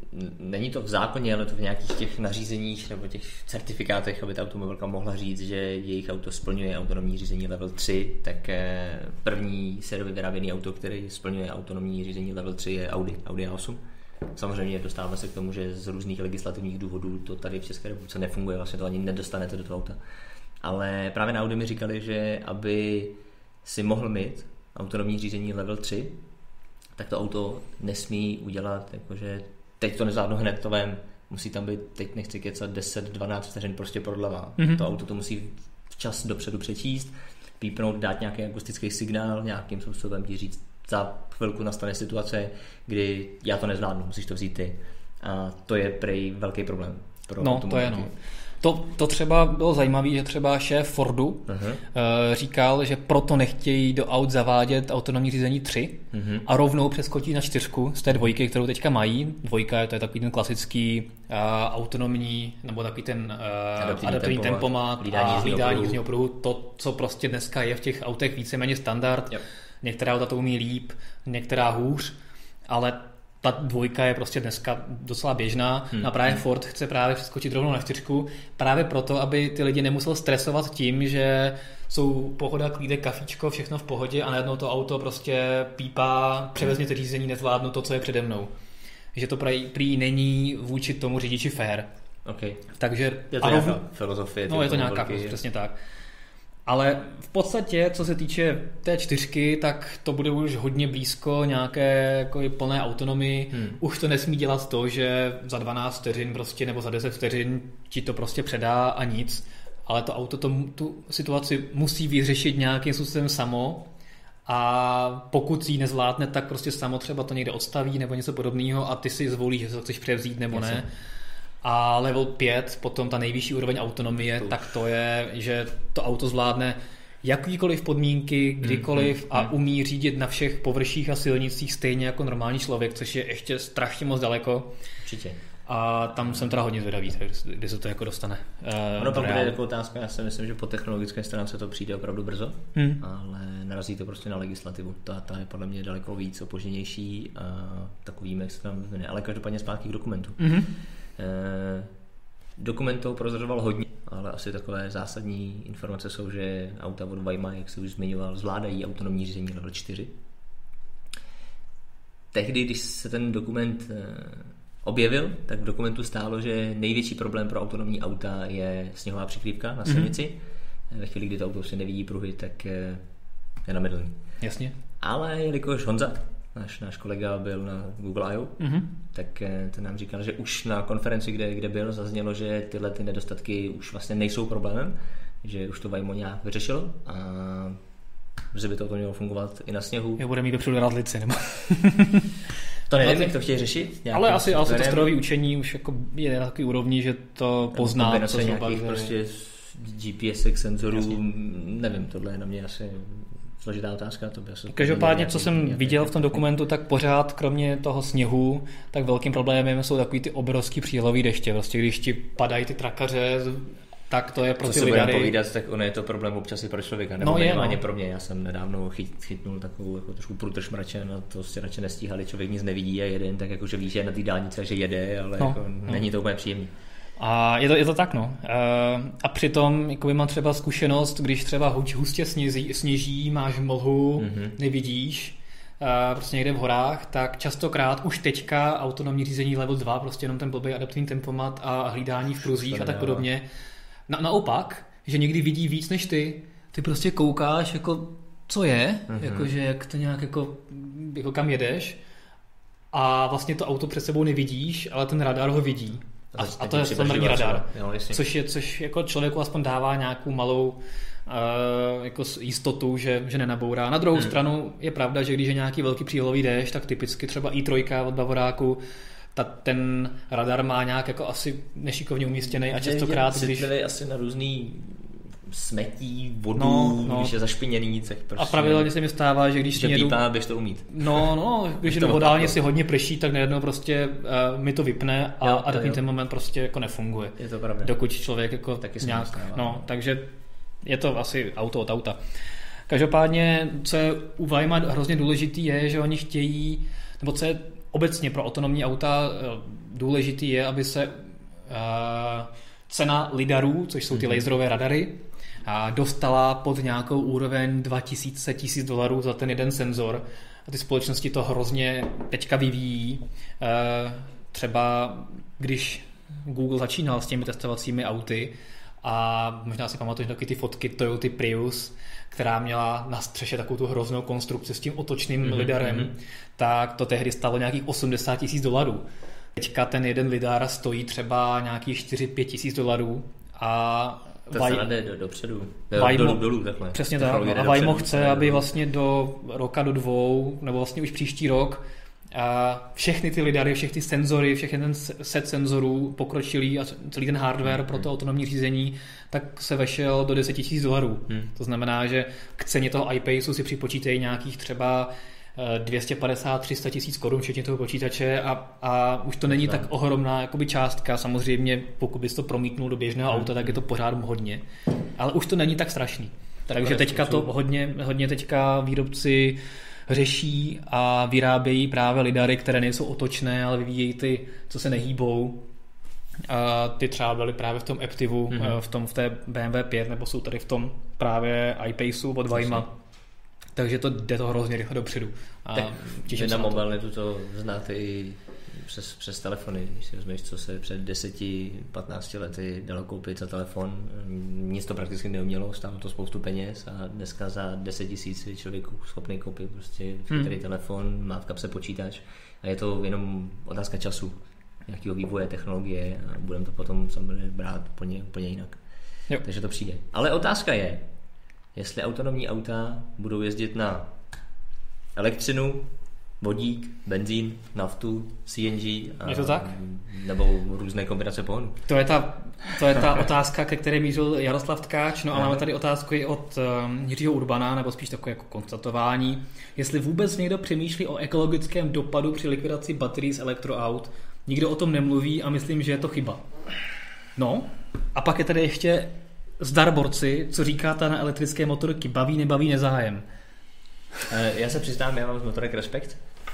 není to v zákoně, ale to v nějakých těch nařízeních nebo těch certifikátech, aby ta automobilka mohla říct, že jejich auto splňuje autonomní řízení level tři, tak první sériově vyráběný auto, který splňuje autonomní řízení level tři, je Audi, Audi A osm. Samozřejmě dostáváme se k tomu, že z různých legislativních důvodů to tady v České republice nefunguje, vlastně to ani nedostanete do toho auta. Ale právě na Audi mi říkali, že aby si mohl mít autonomní řízení level tři, tak to auto nesmí udělat, jakože teď to nezvládnu hned, to vem, musí tam být, teď nechci kecat, deset dvanáct vteřin prostě prodleva. Mm-hmm. To auto to musí včas dopředu přečíst, pípnout, dát nějaký akustický signál, nějakým způsobem ti říct, za chvilku nastane situace, kdy já to nezvládnu, musíš to vzít ty. A to je prej velký problém. Pro no, to je no. To, to třeba bylo zajímavé, že třeba šéf Fordu uh-huh. říkal, že proto nechtějí do aut zavádět autonomní řízení tři uh-huh. a rovnou přeskočí na čtyřku z té dvojky, kterou teďka mají. Dvojka je to je takový ten klasický uh, autonomní, nebo takový ten uh, adaptivní tempomat a hlídání jízdního pruhu. To, co prostě dneska je v těch autech víceméně standard. Yep. Některá auta to umí líp, některá hůř, ale ta dvojka je prostě dneska docela běžná hmm. a právě Ford chce právě přeskočit rovnou na čtyřku, právě proto, aby ty lidi nemusel stresovat tím, že jsou pohoda, klídek, kafíčko, všechno v pohodě a najednou to auto prostě pípá, převezměte řízení, nezvládnu to, co je přede mnou. Že to prý, prý není vůči tomu řidiči fair. Okay. Takže je to a nějaká filozofie. No je to nějaká filozofie, přesně tak. Ale v podstatě, co se týče té čtyřky, tak to bude už hodně blízko nějaké jako plné autonomii. Hmm. Už to nesmí dělat to, že za dvanáct vteřin prostě, nebo za deset vteřin ti to prostě předá a nic. Ale to auto to, tu situaci musí vyřešit nějakým způsobem samo a pokud ji nezvládne, tak prostě samo třeba to někde odstaví nebo něco podobného a ty si zvolíš, že to chceš převzít nebo Jasně. ne. A level pět, potom ta nejvyšší úroveň autonomie, to tak to je, že to auto zvládne jakýkoliv podmínky, kdykoliv mm, mm, a umí řídit na všech površích a silnicích stejně jako normální člověk, což je ještě strašně moc daleko. Určitě. A tam jsem teda hodně zvědavý, kdy se to jako dostane. Uh, ono pak bude jako otázka, já si myslím, že po technologické stránce to přijde opravdu brzo, hmm. ale narazí to prostě na legislativu. Ta, ta je podle mě daleko víc opožděnější a takový jak se tam změní. Ale každopádně zpátky k dokumentu. Mm-hmm. Eh, dokument to prozrazoval hodně, ale asi takové zásadní informace jsou, že auta od Wayma, jak se už zmiňoval, zvládají autonomní řízení level čtyři. Tehdy, když se ten dokument eh, objevil, tak v dokumentu stálo, že největší problém pro autonomní auta je sněhová přikrývka na silnici. Mm-hmm. Ve chvíli, kdy to auto se nevidí pruhy, tak eh, je namedlený. Jasně. Ale jelikož Honza, Náš, náš kolega byl na Google I O, mm-hmm. tak ten nám říkal, že už na konferenci, kde, kde byl, zaznělo, že tyhle ty nedostatky už vlastně nejsou problémem, že už to Waymo nějak vyřešilo a že by to, to mělo fungovat i na sněhu. Já bude mít dopředu radlici, nebo? To nevím, jak to chtějí řešit. Ale asi, asi to strojové učení už jako je na takový úrovni, že to pozná, co jsou nějakých prostě G P S senzorů, Jasně. nevím, tohle je na mě asi složitá otázka. To by asi Každopádně, co jsem nějaký, viděl v tom dokumentu, tak pořád kromě toho sněhu, tak velkým problémem jsou takový ty obrovský příjelový deště. Prostě když ti padají ty trakaře, tak to je pro ty lidary. Co si budeme povídat, tak ono je to problém občas i pro člověka, nebo no minimálně no. pro mě. Já jsem nedávno chyt, chytnul takovou jako trošku průtrž mračen a to si radši nestíhali, člověk nic nevidí a jeden, tak jakože víš, že je na té dálnici, že jede, ale no, jako no. není to úplně příjemný. A je to, je to tak, no. A přitom jakoby mám třeba zkušenost, když třeba hustě sněží, sněží máš mlhu, mm-hmm. nevidíš, prostě někde v horách, tak častokrát už teďka autonomní řízení level dva, prostě jenom ten blbý adaptivní tempomat a hlídání v pruzích a tak podobně. Na, naopak, že někdy vidí víc než ty, ty prostě koukáš, jako co je, mm-hmm. jakože jak to nějak jako, jako kam jedeš a vlastně to auto před sebou nevidíš, ale ten radar ho vidí. A, a to je standardní radar, jo, což, je, což jako člověku aspoň dává nějakou malou uh, jako jistotu, že, že nenabourá. Na druhou hmm. stranu je pravda, že když je nějaký velký příjelový déšť, tak typicky třeba i tři od Bavoráku, ta, ten radar má nějak jako asi nešikovně umístěný a častokrát, když... asi na různý smetí, vodu, no, no. když je zašpiněný, tak prostě... A pravidelně se mi stává, že když že jedu... pípá, běž to umít. No, no, když jedu vodálně si hodně prší, tak najednou prostě uh, mi to vypne a, jo, a takový ten moment prostě jako nefunguje. Je to pravda. Dokud člověk jako taky nějak... No, takže je to asi auto od auta. Každopádně, co je u Wayma hrozně důležitý je, že oni chtějí, nebo co je obecně pro autonomní auta důležitý je, aby se uh, cena lidarů, což jsou ty mm-hmm. laserové radary, a dostala pod nějakou úroveň dva tisíce, tisíc dolarů za ten jeden senzor. A ty společnosti to hrozně teďka vyvíjí. Uh, třeba když Google začínal s těmi testovacími auty a možná si pamatuješ taky ty fotky Toyoty Prius, která měla na střeše takovou tu hroznou konstrukci s tím otočným mm-hmm. lidarem, tak to tehdy stálo nějakých osmdesát tisíc dolarů. Teďka ten jeden lidar stojí třeba nějakých čtyři pět tisíc dolarů a to se jde do, dopředu, Waymo, dolů, dolů takhle. Přesně tak. A Waymo chce, aby vlastně do roka, do dvou, nebo vlastně už příští rok a všechny ty lidary, všechny ty senzory, všechny ten set senzorů pokročilý a celý ten hardware hmm. pro to autonomní řízení, tak se vešel do deset tisíc dolarů. Hmm. To znamená, že k ceně toho iPaceu si připočítají nějakých třeba dvě stě padesát tři sta tisíc korun, včetně toho počítače a, a už to není tak ohromná jakoby částka. Samozřejmě, pokud bys to promítnul do běžného hmm. auta, tak je to pořád hodně. Ale už to není tak strašný. Takže teďka to hodně, hodně teďka výrobci řeší a vyrábějí právě lidary, které nejsou otočné, ale vyvíjejí ty, co se nehýbou. A ty třeba byly právě v tom Aptivu, mm-hmm. v tom v té bé em vé pět, nebo jsou tady v tom právě iPaceu od Wayma. Takže to jde to hrozně rychle dopředu. A vy na mobilnetu to znáte i přes, přes telefony. Když si vezmeš, co se před deseti patnácti lety dalo koupit za telefon, nic to prakticky neumělo, stálo to spoustu peněz a dneska za deset tisíc je člověk schopný koupit prostě chytrý hmm. telefon, má v kapse počítač a je to jenom otázka času, nějakého vývoje technologie a budeme to potom samozřejmě brát úplně, úplně jinak. Jo. Takže to přijde. Ale otázka je, jestli autonomní auta budou jezdit na elektřinu, vodík, benzín, naftu, C N G a, je to tak? Nebo různé kombinace pohonu. To je ta, to je ta otázka, ke které mířil Jaroslav Tkáč. No a máme tady otázku i od um, Jiřího Urbana, nebo spíš takové jako konstatování. Jestli vůbec někdo přemýšlí o ekologickém dopadu při likvidaci baterií z elektroaut, nikdo o tom nemluví a myslím, že je to chyba. No, a pak je tady ještě zdar borci, co říkáte na elektrické motorky. Baví, nebaví, nezájem? Já se přiznám, já mám z motorek respekt,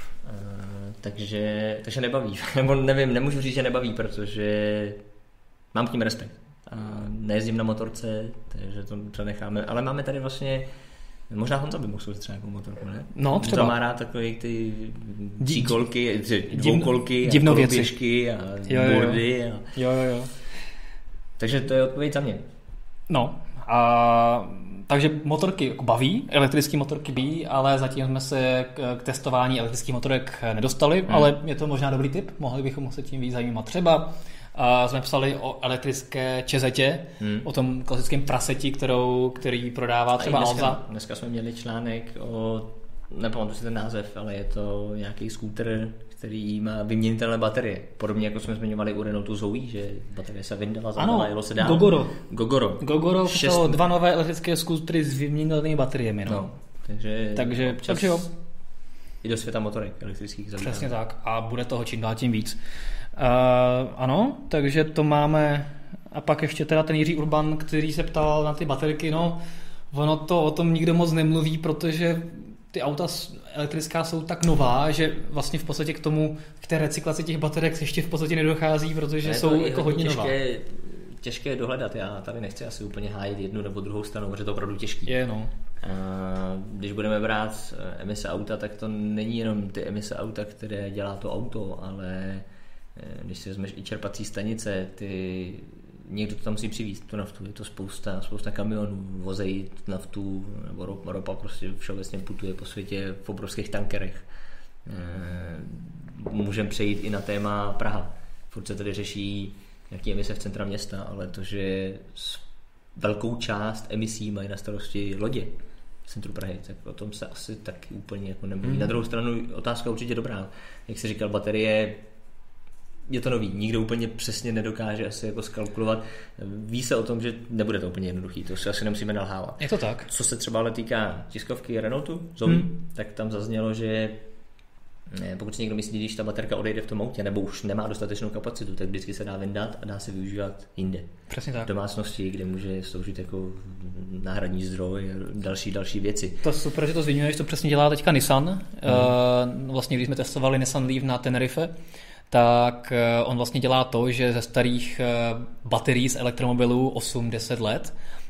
takže, takže nebaví. Nebo nevím, nemůžu říct, že nebaví, protože mám k ním respekt. A nejezdím na motorce, takže to přenecháme. Ale máme tady vlastně, možná Honza by mohl třeba nějakou motorku, ne? No, třeba. To má rád takové ty tříkolky, dvoukolky, divno a koloběžky a boardy. A... Jo, jo, jo. Takže to je odpověď za mě. No, a... Takže motorky baví, elektrické motorky baví, ale zatím jsme se k testování elektrických motorek nedostali, hmm. ale je to možná dobrý tip, mohli bychom se tím víc zajímat. Třeba a jsme psali o elektrické čezetě, hmm. o tom klasickém praseti, kterou, který prodává třeba dneska, Alza. Dneska jsme měli článek o, nepamatuji si ten název, ale je to nějaký skútr, který má vyměnitelné baterie. Podobně jako jsme zmiňovali u Renaultu Zoe, že baterie se vyndala, zamala, jelo se dál. Gogoro. Gogoro. Gogoro Šest... to dva nové elektrické skútry s vyměnitelnými bateriemi. No. No, takže takže, občas takže jo. I do světa motorek elektrických zavítáme. Přesně tak. A bude toho čím dál tím víc. Uh, ano, takže to máme. A pak ještě teda ten Jiří Urban, který se ptal na ty baterky. No, ono to o tom nikdo moc nemluví, protože ty auta elektrická jsou tak nová, že vlastně v podstatě k tomu, k té recyklaci těch baterek ještě v podstatě nedochází, protože jsou jako hodně těžké, nová. Těžké dohledat. Já tady nechci asi úplně hájit jednu nebo druhou stranu, protože to je opravdu těžký. Je, no. A když budeme brát emise auta, tak to není jenom ty emise auta, které dělá to auto, ale když si vezmeš i čerpací stanice, ty někdo to tam musí přivízt, tu naftu, je to spousta, spousta kamionů, vozejí naftu, nebo ropa, ropa prostě všeobecně putuje po světě v obrovských tankerech. Můžeme přejít i na téma Praha. Furt se tady řeší nějaké emise v centra města, ale to, že velkou část emisí mají na starosti lodě v centru Prahy, tak o tom se asi taky úplně jako nemluví. Hmm. Na druhou stranu otázka určitě dobrá. Jak jsi říkal, baterie je to nový, nikdo úplně přesně nedokáže asi jako skalkulovat. Ví se o tom, že nebude to úplně jednoduchý, to si asi nemusíme nalhávat. Je to tak. Co se třeba ale týká tiskovky Renaultu, Zoe, hmm. tak tam zaznělo, že ne, pokud si někdo myslí, když ta baterka odejde v tom autě, nebo už nemá dostatečnou kapacitu, tak vždycky se dá vyndat a dá se využívat jinde. Přesně tak. V domácnosti, kde může sloužit jako náhradní zdroj a další, další věci. To super, že to zmiňuješ, to přesně dělá teďka Nissan. Hmm. Uh, vlastně když jsme testovali Nissan Leaf na Tenerife, tak on vlastně dělá to, že ze starých baterií z elektromobilů osm deset let,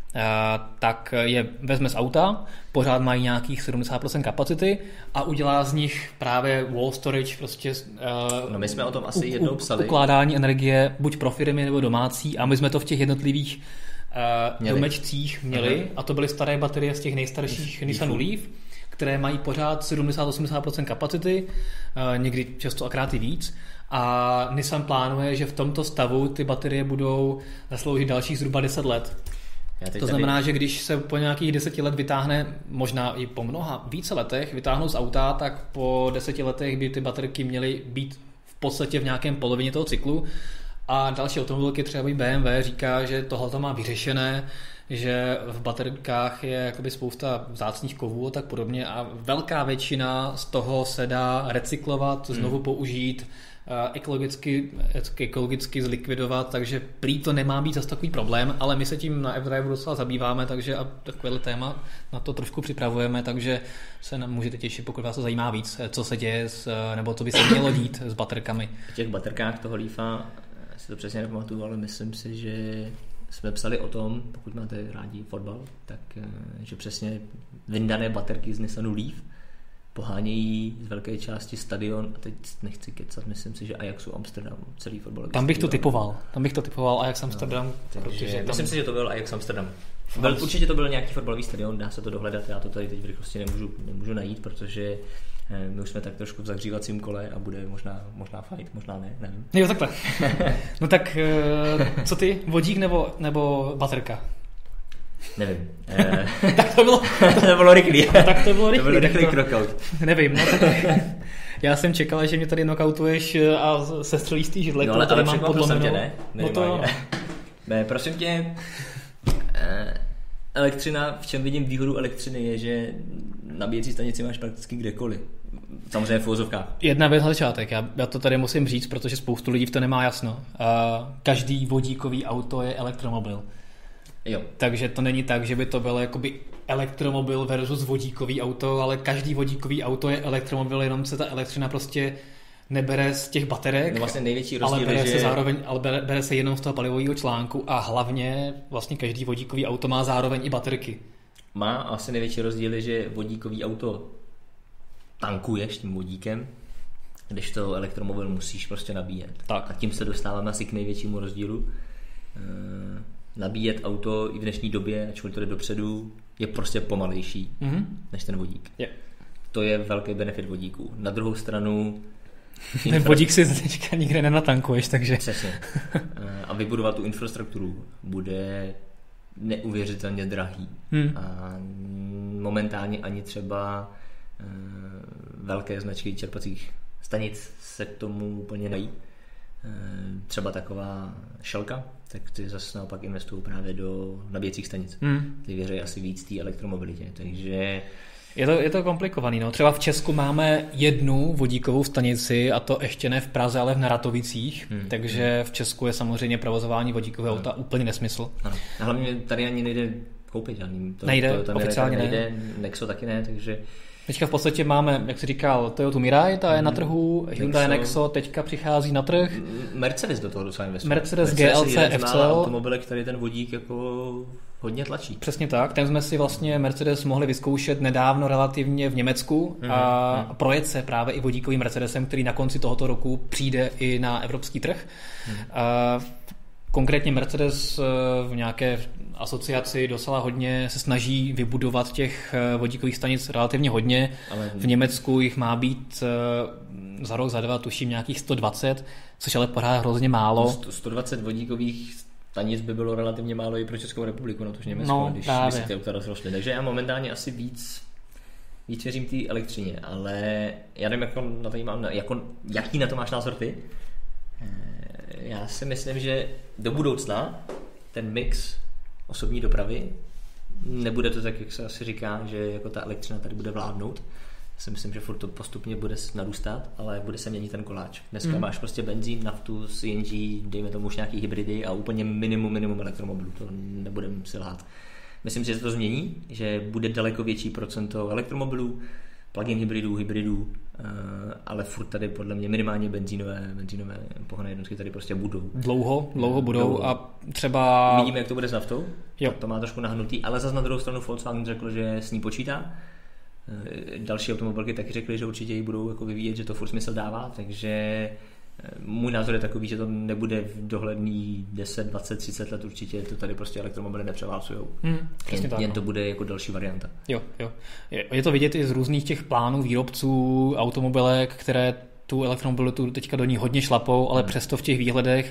tak je vezme z auta, pořád mají nějakých sedmdesát procent kapacity a udělá z nich právě wall storage, prostě no my jsme o tom asi jednou psali. Ukládání energie buď pro firmy nebo domácí a my jsme to v těch jednotlivých uh, domečcích měli. Aha. A to byly staré baterie z těch nejstarších Nissan Leaf, které mají pořád sedmdesát až osmdesát procent kapacity, uh, někdy často akrát i víc. A Nissan plánuje, že v tomto stavu ty baterie budou sloužit dalších zhruba deset let. To znamená, tady... že když se po nějakých deseti let vytáhne, možná i po mnoha více letech, vytáhnou z auta, tak po deseti letech by ty baterky měly být v podstatě v nějakém polovině toho cyklu. A další automobilky, třeba i B M W, říká, že tohle to má vyřešené, že v baterkách je jakoby spousta vzácných kovů a tak podobně a velká většina z toho se dá recyklovat, znovu hmm. použít, ekologicky, ekologicky zlikvidovat, takže prý to nemá být zase takový problém, ale my se tím na F-Drive docela zabýváme, takže a takovéhle téma na to trošku připravujeme, takže se nám můžete těšit, pokud vás to zajímá víc, co se děje, s, nebo co by se mělo dít s baterkami. V těch baterkách toho Leafa si to přesně nepamatuju, ale myslím si, že jsme psali o tom, pokud máte rádi fotbal, tak že přesně vyndané baterky z Nissanu Leaf pohánějí z velké části stadion, a teď nechci kecat, myslím si, že Ajaxu Amsterdam, celý fotbalový Tam bych stadion. to typoval, tam bych to typoval Ajax Amsterdam, no, protože tam... Myslím si, že to byl Ajax Amsterdam. Byl, určitě to byl nějaký fotbalový stadion, dá se to dohledat, já to tady teď v rychlosti nemůžu, nemůžu najít, protože my už jsme tak trošku v zahřívacím kole a bude možná, možná fight, možná ne, nevím. Jo, takhle. No tak, co ty, vodík nebo, nebo baterka? Nevím. Tak to bylo... to bylo rychlý. tak to bylo rychlý. To byl rychlý knockout. Nevím, no tak... Já jsem čekal, že mě tady knockoutuješ a se střelí z té židle, no, kterou tady mám podlomenou. Tě, ne? No to... ne, prosím tě, elektřina, v čem vidím výhodu elektřiny je, že nabíjecí stanici máš prakticky kdekoliv. Samozřejmě v uvozovkách. Jedna věc na začátek, já, já to tady musím říct, protože spoustu lidí v to nemá jasno. Uh, každý vodíkový auto je elektromobil. Jo. Takže to není tak, že by to bylo jakoby elektromobil versus vodíkový auto, ale každý vodíkový auto je elektromobil, jenom se ta elektřina prostě nebere z těch baterek, no vlastně největší rozdíl, ale bere že... se zároveň, ale bere, bere se jenom z toho palivového článku a hlavně vlastně každý vodíkový auto má zároveň i baterky. Má asi největší rozdíl je, že vodíkový auto tankuješ tím vodíkem, když to elektromobil musíš prostě nabíjet. Tak. A tím se dostáváme asi k největšímu rozdílu. E, nabíjet auto i v dnešní době, ačkoliv to jde dopředu, je prostě pomalejší mm-hmm. než ten vodík. Yeah. To je velký benefit vodíků. Na druhou stranu... Ten infra... vodík si teďka nikde nenatankuješ, takže... Přesně. A vybudovat tu infrastrukturu bude neuvěřitelně drahý. Hmm. A momentálně ani třeba velké značky čerpacích stanic se k tomu úplně nejí. Třeba taková Šelka, tak ty zase naopak investují právě do nabíjecích stanic. Hmm. Ty věří asi víc té elektromobilitě, takže... Je to, je to komplikovaný. No. Třeba v Česku máme jednu vodíkovou stanici a to ještě ne v Praze, ale v Neratovicích, hmm. takže v Česku je samozřejmě provozování vodíkového auta hmm. úplně nesmysl. Ano. A hlavně tady ani nejde koupit žádný. To, nejde, to, to oficiálně nejde, ne. Nexo taky ne, takže... Teďka v podstatě máme, jak jsi říkal, Toyota Mirai, ta je na trhu, Hyundai Nexo, Nexo teďka přichází na trh. Mercedes do toho docela investuje. Mercedes, Mercedes G L C, F C L. Automobilek, který ten vodík jako hodně tlačí. Přesně tak, ten jsme si vlastně Mercedes mohli vyzkoušet nedávno relativně v Německu mm, a mm. projet se právě i vodíkovým Mercedesem, který na konci tohoto roku přijde i na evropský trh. Mm. A konkrétně Mercedes v nějaké asociaci docela hodně se snaží vybudovat těch vodíkových stanic relativně hodně. Ale... V Německu jich má být za rok, za dva, tuším nějakých sto dvacet, což ale pořád hrozně málo. sto dvacet vodíkových stanic by bylo relativně málo i pro Českou republiku, no to už Německo, no, když by se ty auta rozrostly. Takže já momentálně asi víc, víc věřím té elektřině, ale já nevím, jak na to mám, jako, jaký na to máš názor ty? Já si myslím, že do budoucna ten mix osobní dopravy nebude to tak, jak se asi říká, že jako ta elektřina tady bude vládnout. Já si myslím, že furt to postupně bude narůstat, ale bude se měnit ten koláč. Dneska mm. máš prostě benzín, naftu, C N G, dejme tomu už nějaký hybridy a úplně minimum, minimum elektromobilů. To nebudeme si lhát. Myslím si, že se to změní, že bude daleko větší procento elektromobilů, plug-in hybridů, hybridů, ale furt tady podle mě minimálně benzínové, benzínové pohonné jednotky tady prostě budou. Dlouho, dlouho budou dlouho. A třeba... Vidíme, jak to bude s naftou, jo. To má trošku nahnutý, ale zase na druhou stranu Volkswagen řekl, že s ní počítá. Další automobilky taky řekly, že určitě ji budou jako vyvíjet, že to furt smysl dává, takže můj názor je takový, že to nebude v dohledný deset, dvacet, třicet let určitě, to tady prostě elektromobily nepřeválcujou. Hmm, jen, tak, jen no. to bude jako další varianta. Jo, jo. Je, je to vidět i z různých těch plánů výrobců automobilek, které tu elektromobilitu teďka do ní hodně šlapou, ale hmm. přesto v těch výhledech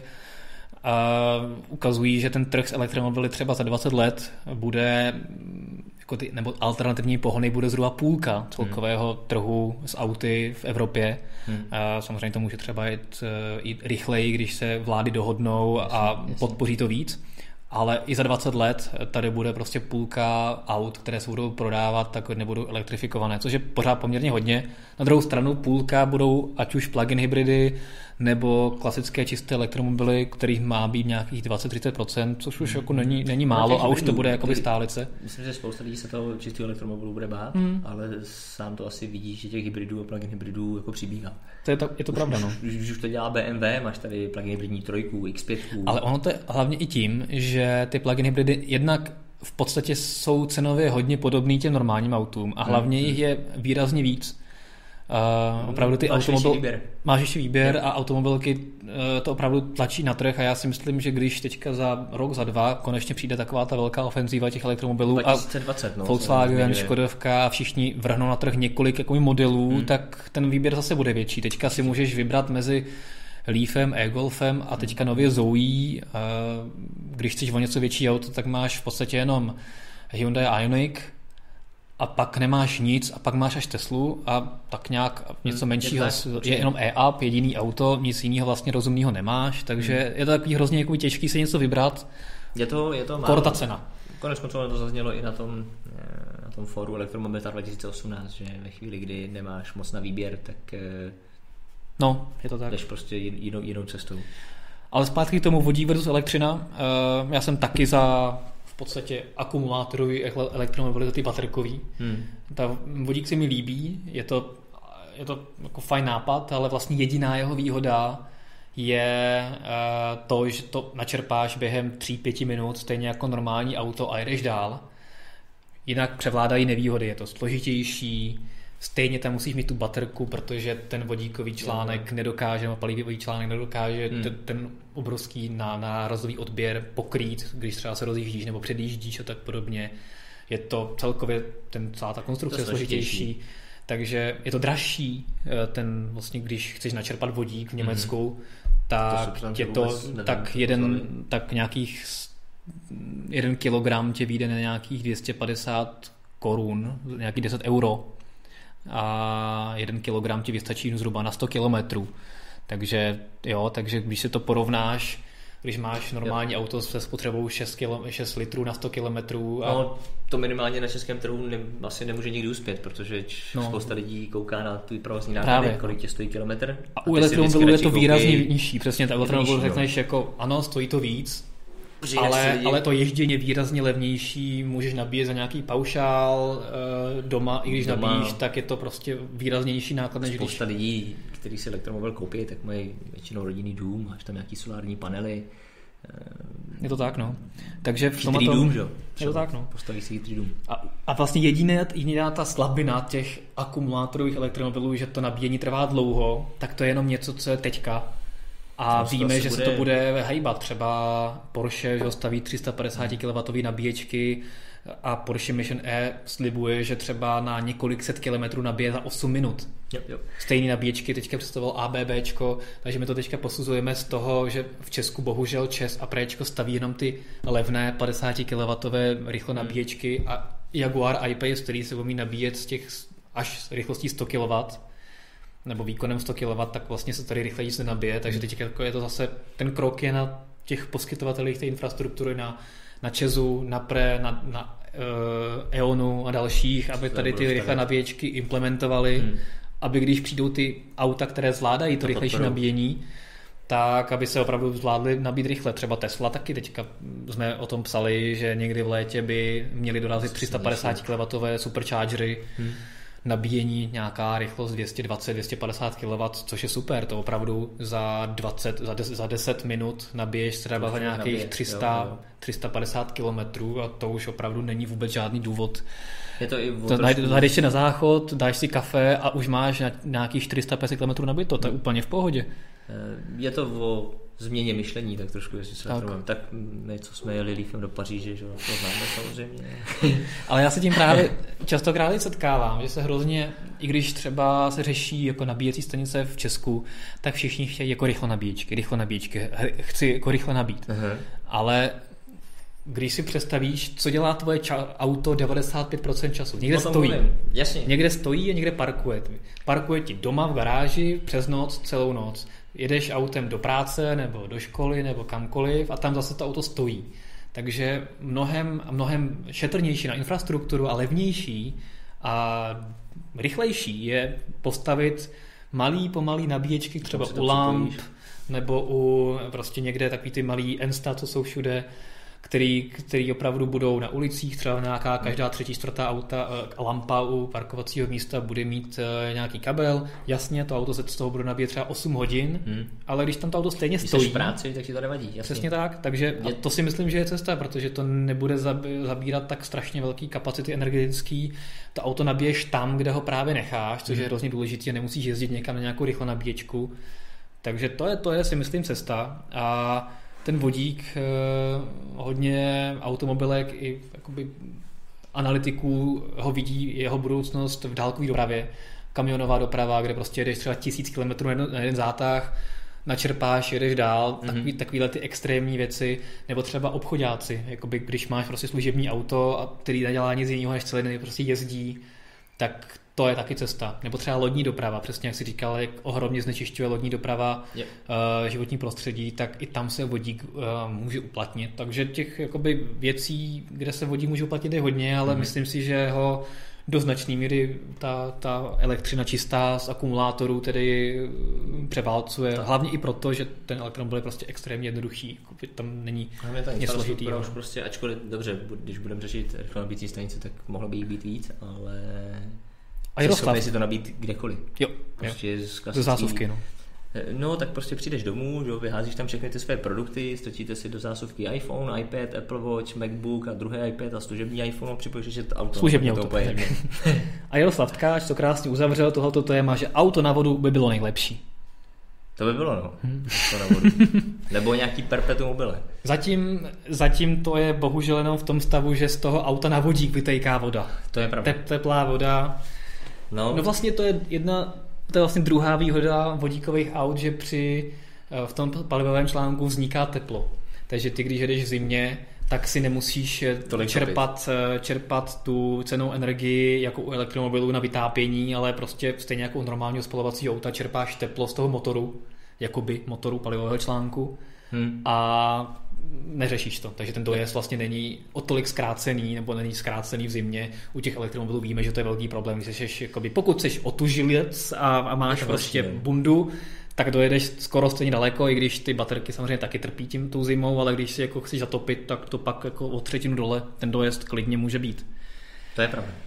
uh, ukazují, že ten trh s elektromobily třeba za dvacet let bude jako ty, nebo alternativní pohony bude zhruba půlka celkového hmm. trhu s auty v Evropě. Hmm. A samozřejmě to může třeba jít, jít rychleji, když se vlády dohodnou jasně, a jasně. podpoří to víc. Ale i za dvacet let tady bude prostě půlka aut, které se budou prodávat, tak nebudou elektrifikované, což je pořád poměrně hodně. Na druhou stranu půlka budou ať už plug-in hybridy, nebo klasické čisté elektromobily, kterých má být nějakých dvacet až třicet procent, což už jako není, není málo a už to bude jakoby stálice. Myslím, že spousta lidí se toho čistého elektromobilu bude bát, mm. ale sám to asi vidí, že těch hybridů a plug-in hybridů jako přibývá. To je, to, je to už, pravda, no. Už, už, už to dělá B M W, máš tady plug-in hybridní trojku, X pět. Ale ono to je hlavně i tím, že ty plug-in hybridy jednak v podstatě jsou cenově hodně podobný těm normálním autům a hlavně mm. jich je výrazně víc. Uh, opravdu ty máš automobil... ještě výběr. Máš ještě výběr a automobilky uh, to opravdu tlačí na trh a já si myslím, že když teďka za rok, za dva konečně přijde taková ta velká ofenzíva těch elektromobilů dva tisíce dvacet, a no, Volkswagen, Škodovka a všichni vrhnou na trh několik jako modelů, hmm. tak ten výběr zase bude větší. Teďka si můžeš vybrat mezi Leafem, e-Golfem a teďka nově Zoe. Uh, když chceš o něco větší auto, tak máš v podstatě jenom Hyundai Ioniq, a pak nemáš nic a pak máš až Teslu a tak nějak něco menšího, je, je jenom e-up, jediný auto, nic jiného vlastně rozumného nemáš, takže hmm. je to takový hrozně jako těžký si něco vybrat. Je to, je to málo. Ta cena. Konec konců to zaznělo i na tom, na tom fóru Elektromobilita dva tisíce osmnáct, že ve chvíli, kdy nemáš moc na výběr, tak no, je to tak. jdeš prostě jinou, jinou cestou. Ale zpátky k tomu vodík versus elektřina. Já jsem taky za v podstatě akumulátorový elektromobily, ty baterkový. Hmm. Ta vodík se mi líbí, je to, je to jako fajn nápad, ale vlastně jediná jeho výhoda je uh, to, že to načerpáš během tři pět minut, stejně jako normální auto a jedeš dál. Jinak převládají nevýhody, je to složitější, stejně tam musíš mít tu baterku, protože ten vodíkový článek hmm. nedokáže, nebo palivový článek nedokáže hmm. ten, ten obrovský nárazový odběr pokrýt, když třeba se rozjíždíš nebo předjíždíš a tak podobně. Je to celkově, ten, celá ta konstrukce je složitější, takže je to dražší, ten vlastně, když chceš načerpat vodík v Německu, hmm. tak to je to tak jeden, tak nějakých jeden kilogram tě vyjde na nějakých dvě stě padesát korun, nějakých deset euro. A jeden kilogram ti vystačí zhruba na sto kilometrů. Takže jo, takže když se to porovnáš, když máš normální jo. auto se spotřebou šest litrů na sto kilometrů. A... No, to minimálně na českém trhu ne, asi nemůže nikdy uspět, protože no. spousta lidí kouká na tvůj provozní náklady, kolik tě stojí kilometr. A, a u elektromobilů je to výrazně koukej... nižší, přesně, tak elektromobil řekneš jako ano, stojí to víc, ale, ale to ježdění je výrazně levnější, můžeš nabíjet za nějaký paušál doma, i když doma, nabíjíš, tak je to prostě výrazně nižší náklad, než když... Spousta lidí, kteří si elektromobil koupí, tak mají většinou rodinný dům, máš tam nějaký solární panely. Je to tak, no. Takže v chytrý dům, že jo? Je to tak, no. Postaví si chytrý dům. A, a vlastně jediná, jediná ta slabina těch akumulátorových elektromobilů, že to nabíjení trvá dlouho, tak to je jenom něco, co je teďka. A to víme, že bude... se to bude hejbat. Třeba Porsche že staví tři sta padesát kilowattové nabíječky a Porsche Mission E slibuje, že třeba na několik set kilometrů nabíje za osm minut. Jo, jo. Stejné nabíječky teďka představoval ABBčko, takže my to teďka posuzujeme z toho, že v Česku bohužel ČES a Préčko staví jenom ty levné padesát kilowattové rychle nabíječky a Jaguar I-Pace, který se umí nabíjet z těch až s rychlostí sto kilowattů nebo výkonem sto kilowattů, tak vlastně se tady rychleji se nabije, takže teď je to zase, ten krok je na těch poskytovatelích té infrastruktury, na, na ČESu, na Pre, na, na uh, E.ONu a dalších, aby tady ty rychlé nabíječky implementovali, hmm. aby když přijdou ty auta, které zvládají to rychlejší nabíjení, tak aby se opravdu zvládli nabít rychle. Třeba Tesla taky teďka jsme o tom psali, že někdy v létě by měli dorazit tři sta padesát kilowattové superchargery. Hmm. nabíjení nějaká rychlost dvě stě dvacet až dvě stě padesát kilowattů, což je super, to opravdu za dvacet, za deset, za deset minut nabiješ třeba za nějakých nabije, tři sta, jo, jo. tři sta padesát kilometrů a to už opravdu není vůbec žádný důvod. Je to i to zajdeš si na záchod, dáš si kafe a už máš nějakých čtyři sta padesát kilometrů nabito, to je úplně v pohodě. Je to o změně myšlení, tak trošku, jestli se tak. tak my, co jsme jeli lífem do Paříže, že to známe samozřejmě. Ale já se tím právě častokrát i setkávám, že se hrozně, i když třeba se řeší jako nabíjecí stanice v Česku, tak všichni chtějí jako rychlo nabíječky, rychlo nabíječky, chci jako rychle nabít. Uh-huh. Ale když si představíš, co dělá tvoje ča- auto devadesát pět procent času. Někde stojí. Jasně. Někde stojí a někde parkuje. Parkuje ti doma v garáži přes noc, celou noc. Jedeš autem do práce nebo do školy nebo kamkoliv a tam zase to auto stojí. Takže mnohem, mnohem šetrnější na infrastrukturu a levnější a rychlejší je postavit malý, pomalý nabíječky třeba u lamp nebo u prostě někde takový ty malý Ensta, co jsou všude, který, který opravdu budou na ulicích, třeba nějaká každá třetí, čtvrtá auta, lampa u parkovacího místa bude mít nějaký kabel. Jasně, to auto se z toho bude nabíjet třeba osm hodin, hmm. ale když tam to auto stejně když stojí. Když jsi v práci, tak ti to nevadí. Jasně. Přesně tak, takže a to si myslím, že je cesta, protože to nebude zabírat tak strašně velký kapacity energetický. To auto nabiješ tam, kde ho právě necháš, což hmm. je hrozně důležité, nemusíš jezdit někam na nějakou rychlou nabíječku. Takže to je, to je si myslím cesta. A ten vodík, hodně automobilek i jakoby analytiků ho vidí jeho budoucnost v dálkové dopravě. Kamionová doprava, kde prostě jedeš třeba tisíc kilometrů na jeden zátah, načerpáš, jedeš dál, mm-hmm. takový, takovýhle ty extrémní věci, nebo třeba obchodáci, jakoby když máš prostě služební auto, který nedělá nic jiného, než celý den prostě jezdí, tak to je taky cesta. Nebo třeba lodní doprava, přesně jak jsi říkal, jak ohromně znečišťuje lodní doprava yep. uh, životní prostředí, tak i tam se vodík uh, může uplatnit. Takže těch jakoby věcí, kde se vodík může uplatnit, je hodně, ale mm-hmm. myslím si, že ho do značné míry ta, ta elektřina čistá z akumulátorů tedy převálcuje. Tak. Hlavně i proto, že ten elektromobil je prostě extrémně jednoduchý. Tam není nic složitýho. Už prostě, ačkoliv, dobře, když budeme řešit rychlou nabíjecí stanice, tak mohlo by jich být víc, ale a je schopný si to nabít kdekoliv. Jo, prostě jo. Z zásuvky, no. No, tak prostě přijdeš domů, jo, vyházíš tam všechny ty své produkty, strčíte si do zásuvky iPhone, iPad, Apple Watch, MacBook a druhý iPad a služební iPhone a připojíš ještě to auto. Služební auto. To a Jaroslav Tkáč to krásně uzavřel tohoto téma, že auto na vodu by bylo nejlepší. To by bylo, no. Hmm. To na vodu. Nebo nějaký perpetuum mobile. Zatím, zatím to je bohužel jenom v tom stavu, že z toho auta na vodík vytejká voda. To je pravda. Tep, teplá voda. No. no vlastně to je jedna... To je vlastně druhá výhoda vodíkových aut, že při v tom palivovém článku vzniká teplo. Takže ty, když jedeš v zimě, tak si nemusíš čerpat, čerpat tu cennou energii jako u elektromobilů na vytápění, ale prostě stejně jako u normálního spalovacího auta čerpáš teplo z toho motoru, jakoby motoru palivového článku hmm. a neřešíš to. Takže ten dojezd vlastně není o tolik zkrácený, nebo není zkrácený v zimě. U těch elektromobilů víme, že to je velký problém. Když jsi, jakoby, pokud jsi otužilec a, a máš prostě vlastně bundu, tak dojedeš skoro stejně daleko, i když ty baterky samozřejmě taky trpí tím tou zimou, ale když si jako chceš zatopit, tak to pak jako o třetinu dole ten dojezd klidně může být. To je pravda.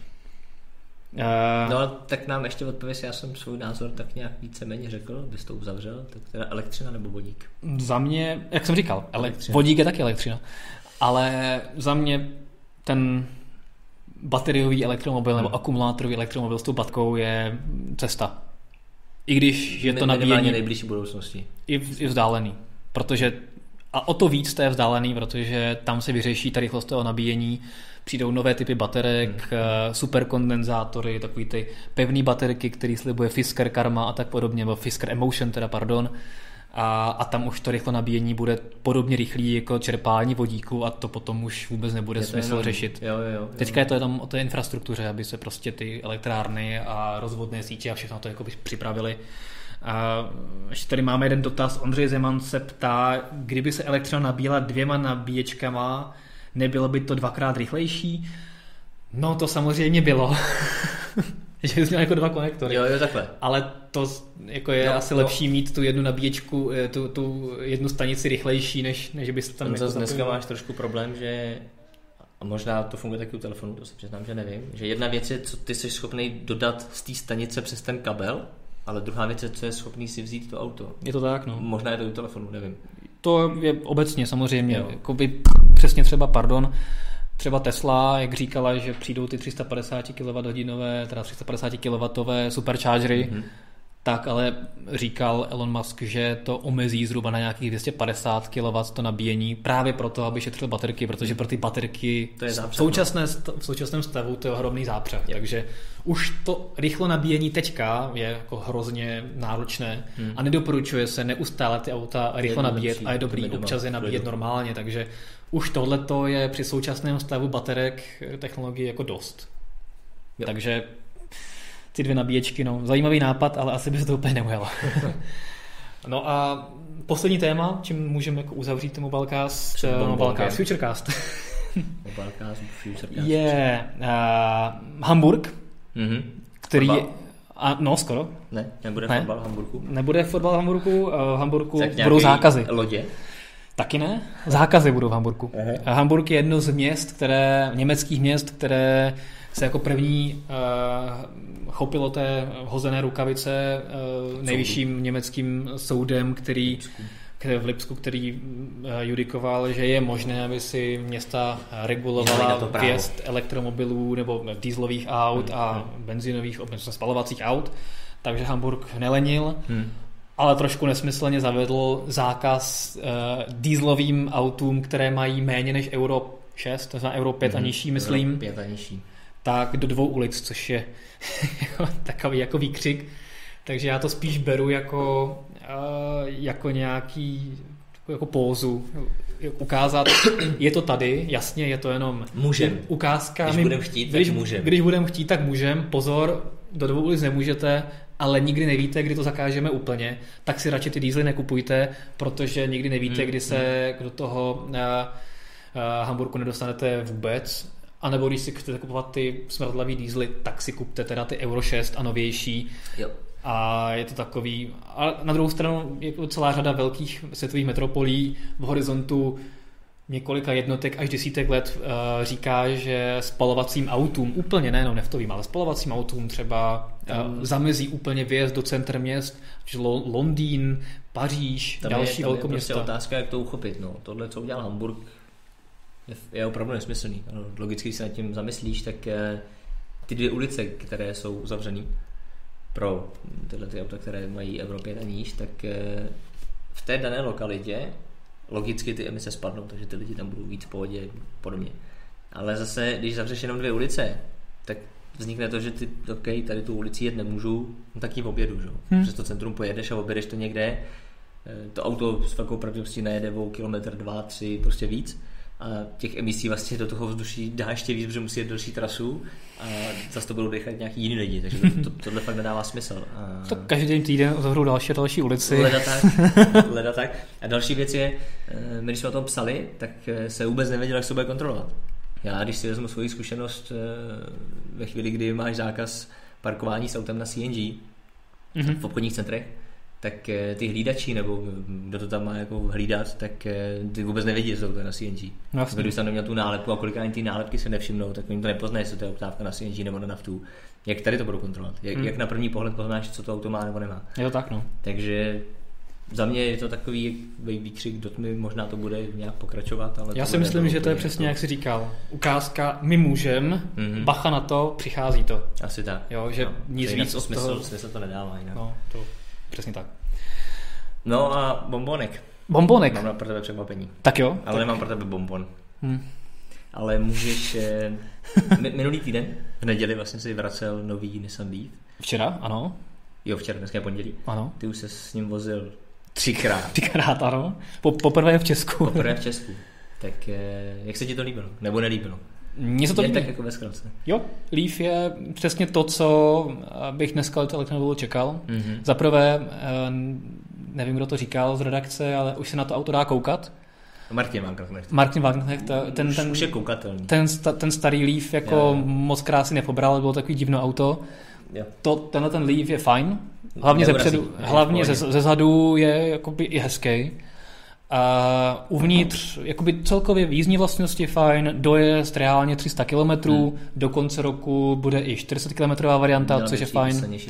Uh, no tak nám ještě odpověď, já jsem svůj názor tak nějak víceméně řekl, bys to uzavřel, tak teda elektřina nebo vodík? Za mě, jak jsem říkal, ele- vodík je taky elektřina, ale za mě ten bateriový elektromobil hmm. nebo akumulátorový elektromobil s tou batkou je cesta. I když je to nabíjení nejbližší budoucnosti. I, i vzdálený, protože a o to víc to je vzdálený, protože tam se vyřeší ta rychlost toho nabíjení, přijdou nové typy baterek, hmm. superkondenzátory, takový ty pevné baterky, který slibuje Fisker Karma a tak podobně, nebo Fisker Emotion teda, pardon. A, a tam už to rychlo nabíjení bude podobně rychlý jako čerpání vodíku a to potom už vůbec nebude smysl jenom řešit. Jo, jo, jo. Teďka je to jenom o té infrastruktuře, aby se prostě ty elektrárny a rozvodné sítě a všechno to jako by připravili. A ještě tady máme jeden dotaz. Ondřej Zeman se ptá, kdyby se elektřina nabíjela dvěma nabíječkama, nebylo by to dvakrát rychlejší? No to samozřejmě bylo. Že jsi měl jako dva konektory. Jo, jo, takhle. Ale to jako je no, asi no. lepší mít tu jednu nabíječku, tu, tu jednu stanici rychlejší, než, než bys tam... Jako dneska máš trošku problém, že a možná to funguje taky u telefonu, to se přiznám, že nevím, že jedna věc je, co ty jsi schopný dodat z té stanice přes ten kabel, ale druhá věc je, co je schopný si vzít to auto. Je to tak, no. Možná je to u telefonu, nevím. To je obecně samozřejmě, jakoby přesně třeba, pardon, třeba Tesla, jak říkala, že přijdou ty tři sta padesát kilowatthodinové, teda tři sta padesát kilowattové superchargery, mm-hmm. tak ale říkal Elon Musk, že to omezí zhruba na nějakých dvě stě padesát kilowattů to nabíjení, právě proto, aby šetřil baterky, protože pro ty baterky to je zápřah, v, současné, v současném stavu to je ohromný zápřah, je. Takže už to rychlo nabíjení teďka je jako hrozně náročné hmm. a nedoporučuje se neustále ty auta rychlo nabíjet lepší, a je dobrý občas je nabíjet normálně, takže už tohleto je při současném stavu baterek technologie jako dost. Jo. Takže ty dvě nabíječky, no, zajímavý nápad, ale asi by se to úplně neujelo. No a poslední téma, čím můžeme jako uzavřít ten Mobilecast, Mobilecast, Futurecast. Mobilecast, Futurecast. Je uh, Hamburg, mm-hmm. který je, a, no skoro. Ne, nebude ne? fotbal v Hamburgu. Nebude fotbal v Hamburgu, uh, v Hamburgu budou zákazy. Lodě? Taky ne, zákazy budou v Hamburgu. Aha. Hamburg je jedno z měst, které, německých měst, které se jako první uh, chopilo té hozené rukavice uh, nejvyšším německým soudem, který v Lipsku, který uh, judikoval, že je možné, aby si města regulovala vjezd elektromobilů nebo dieselových aut hmm. a benzinových, spalovacích aut. Takže Hamburg nelenil, hmm. ale trošku nesmyslně zavedl zákaz uh, dieselovým autům, které mají méně než euro šest, to znamená euro pět hmm. a nižší, myslím. Euro pět a nižší. Tak do dvou ulic, což je takový jako výkřik. Takže já to spíš beru jako, uh, jako nějaký jako pózu. Ukázat, je to tady, jasně, je to jenom můžem. ukázka. Když my, budeme chtít, když, tak můžem. Když budeme chtít, tak můžem. Pozor, do dvou ulic nemůžete, ale nikdy nevíte, kdy to zakážeme úplně, tak si radši ty diesely nekupujte, protože nikdy nevíte, hmm. kdy se do toho uh, uh, Hamburgu nedostanete vůbec. A nebo když si chcete kupovat ty smradlavý diesely, tak si kupte teda ty euro šest a novější. Jo. A je to takový... A na druhou stranu je to celá řada velkých světových metropolí v horizontu několika jednotek až desítek let uh, říká, že spalovacím autům, úplně nejenom neftovým, ale spalovacím autům třeba uh, zamezí úplně vjezd do centra měst, že Londýn, Paříž, tam další je, velkoměsta. Tam je prostě otázka, jak to uchopit. No. Tohle, co udělal Hamburg, je opravdu nesmyslný. Logicky, když se nad tím zamyslíš, tak ty dvě ulice, které jsou uzavřený pro tyhle ty auta, které mají euro pět a níž, tak v té dané lokalitě logicky ty emise spadnou, takže ty lidi tam budou víc v pohodě podobně. Ale zase, když zavřeš jenom dvě ulice, tak vznikne to, že ty, ok, tady tu ulici jet nemůžu, no tak ji objedu, že? Hmm. Přes to centrum pojedeš a objedeš to někde, to auto s velkou pravděpodobností najede o kilometr, dva, tři, prostě víc. A těch emisí vlastně do toho vzduší dá ještě víc, protože musí jet další trasu a zase to budou dechat nějaký jiný lidi, takže to, to, tohle fakt nedává smysl. A... Tak každý týden zavřou další a další ulici. Leda tak, leda tak. A další věc je, my když jsme o tom psali, tak se vůbec nevěděl, jak se bude kontrolovat. Já když si vezmu svoji zkušenost ve chvíli, kdy máš zákaz parkování s autem na C N G mm-hmm. v obchodních centrech, tak ty hlídači, nebo kdo to tam má jako hlídat, tak ty vůbec nevědí, že to je na C N G. Vlastně. Když tam neměl tu nálepku a kolikrát ani ty nálepky se nevšimnou, tak oni to nepoznají, jestli to je optávka na C N G nebo na naftu. Jak tady to budou kontrolovat? Jak, hmm. jak na první pohled poznáš, co to auto má nebo nemá? Je to tak, no. Takže za mě je to takový výkřik do tmy, možná to bude nějak pokračovat. Ale já si myslím, že to je přesně, to... jak jsi říkal. Ukázka, my můžem, mm-hmm. bacha na to, přichází to. Asi tak. Jo, že no, nic víc od smysl, toho... smysl to nedává jinak. No, to přesně tak. No a bombonek. Bombonek. Mám pro tebe překvapení. Tak jo. Ale tak... nemám pro tebe bonbon. Hmm. Ale můžeš... Eh, minulý týden, v neděli vlastně si vracel nový Nissan Leaf. Včera, ano. Jo, včera, dneska je pondělí. Ano. Ty už se s ním vozil třikrát. Třikrát, ano. Po, poprvé v Česku. Poprvé v Česku. Tak eh, jak se ti to líbilo? Nebo nelíbilo? Mně se to líbí. tak jako ve zkratce. Jo, Leaf je přesně to, co bych dneska od elektromobilu čekal. Mm-hmm. Za prvé, nevím, kdo to říkal z redakce, ale už se na to auto dá koukat. Martin Wagenknecht. Martin Wagenknecht, ten, ten, už je koukatelný. Ten, ten starý Leaf jako jo, jo. moc krásy nepobral, bylo takový divno auto. Jo. To, tenhle ten Leaf je fajn, hlavně ze předu, hlavně ze, ze zadu je jakoby i hezký. A uvnitř, jakoby celkově jízdní vlastnosti fajn, dojezd reálně tři sta kilometrů, hmm. do konce roku bude i čtyři sta kilometrová varianta, Měla což je fajn.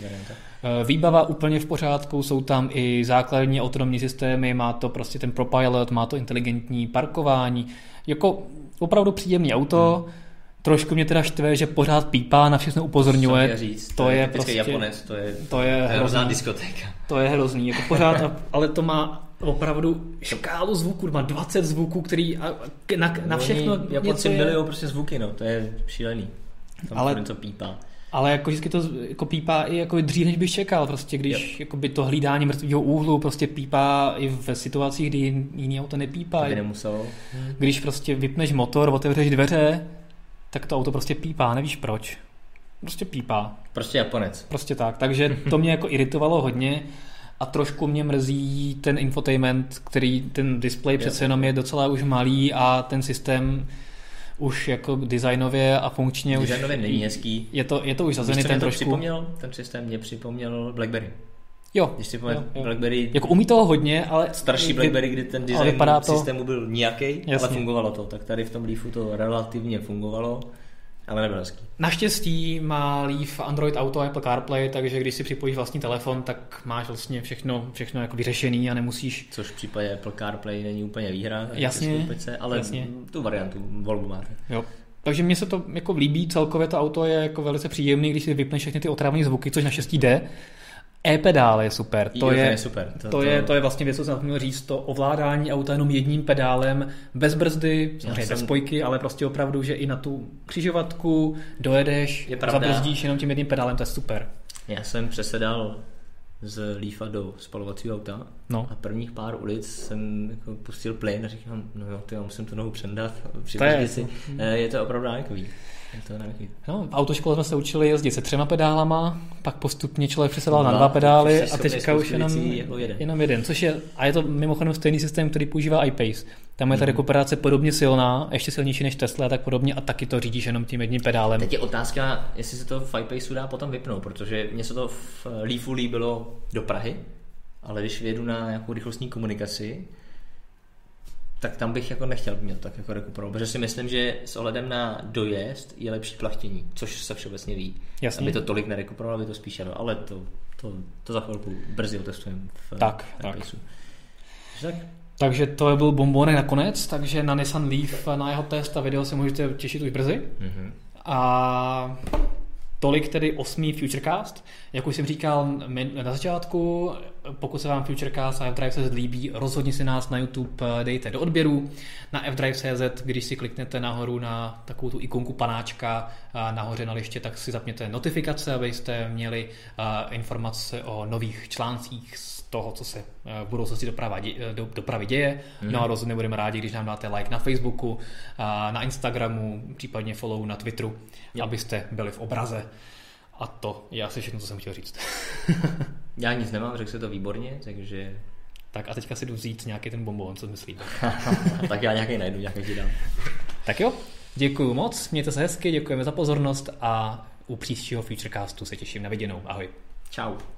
Výbava úplně v pořádku, jsou tam i základní autonomní systémy, má to prostě ten ProPilot, má to inteligentní parkování, jako opravdu příjemný auto. Hmm. Trošku mě teda štve, že pořád pípá, na všechno upozorňuje. Říct, to, to je, je prostě Japonec, to je, to je, to je hrozná diskotéka. To je hrozný, jako pořád, ale to má opravdu škálu zvuků, má dvacet zvuků, který na, na všechno Oni, Japonci milují prostě zvuky, no, to je šílený. Tam ale to pípá. Ale jako vždycky to jako pípá i jako dřív, než bych čekal, prostě když jako by to hlídání mrtvého úhlu prostě pípá i v situacích, kdy jiný auto nepípá. By nemuselo. Když prostě vypneš motor, otevřeš dveře, tak to auto prostě pípá, nevíš proč. Prostě pípá. Prostě Japonec. Prostě tak, takže to mě jako iritovalo hodně a trošku mě mrzí ten infotainment, který ten display přece jenom je docela už malý a ten systém už jako designově a funkčně designově už není hezký. Je to, je to už zazený ten to trošku. Připomněl, ten systém mě připomněl BlackBerry. Jo. Když si jo, jo. BlackBerry. Jako umí toho hodně, ale starší BlackBerry, kdy ten design to systému byl nějaký, ale fungovalo to. Tak tady v tom Leafu to relativně fungovalo, ale nebyl hezký. Naštěstí má Leaf Android Auto a Apple CarPlay, takže když si připojíš vlastní telefon, tak máš vlastně všechno, všechno jako vyřešený a nemusíš. Což v případě Apple CarPlay není úplně výhra. Jasně, Pece, ale jasně. Tu variantu volbu máte. Jo. Takže mně se to jako líbí, celkově to auto je jako velice příjemný, když si vypneš všechny ty otravné zvuky, což naštěstí jde. E-pedál je super. To je, je super. To, to, to... Je, to je vlastně věc, co jsem zapomněl říct, to ovládání auta jenom jedním pedálem, bez brzdy, samozřejmě jsem... bez spojky, ale prostě opravdu, že i na tu křižovatku dojedeš, zabrzdíš jenom tím jedním pedálem, to je super. Já jsem přesedal z Leafa do spalovacího auta no. a prvních pár ulic jsem jako pustil plyn a říkám, no jo, ty, musím tu nohu přendat, to je, si. Je to opravdu návykový. No, v autoškole jsme se učili jezdit se třema pedálama, pak postupně člověk přesedal na dva pedály a teďka už jenom, jenom jeden, což je, a je to mimochodem stejný systém, který používá iPace. Tam je ta rekuperace podobně silná, ještě silnější než Tesla a tak podobně a taky to řídíš jenom tím jedním pedálem. Teď je otázka, jestli se to v iPaceu dá potom vypnout, protože mně se to v Leafu líbilo do Prahy, ale když jedu na nějakou rychlostní komunikaci, tak tam bych jako nechtěl mít tak jako rekuperovat, protože si myslím, že s ohledem na dojezd je lepší plachtění, což se všeobecně ví. Jasně. Aby to tolik nerekuperovalo, aby to spíš ano, ale to, to, to za chvilku brzy otestujeme v tak, tak. tak. Takže to byl bombonek nakonec, takže na Nissan Leaf, na jeho test a video se můžete těšit už brzy. Mm-hmm. A tolik tedy osmý Futurecast. Jak už jsem říkal na začátku, pokud se vám Futurecast a F-Drive tečka cé zet líbí, rozhodně si nás na YouTube dejte do odběru. Na F Drive tečka cé zet, když si kliknete nahoru na takovou tu ikonku panáčka nahoře na liště, tak si zapněte notifikace, abyste měli informace o nových článcích z toho, co se v budoucnosti doprava dě, do, dopravy děje. Mm. No a rozhodně budeme rádi, když nám dáte like na Facebooku, na Instagramu, případně follow na Twitteru, yep. abyste byli v obraze. A to je asi všechno, co jsem chtěl říct. Já nic nemám, řekl se to výborně, takže... Tak a teďka si jdu vzít nějaký ten bonbon, co myslíš. Tak já nějaký najdu, nějaký ti dám. Tak jo, děkuju moc, mějte se hezky, děkujeme za pozornost a u příštího Futurecastu se těším na viděnou. Ahoj. Čau.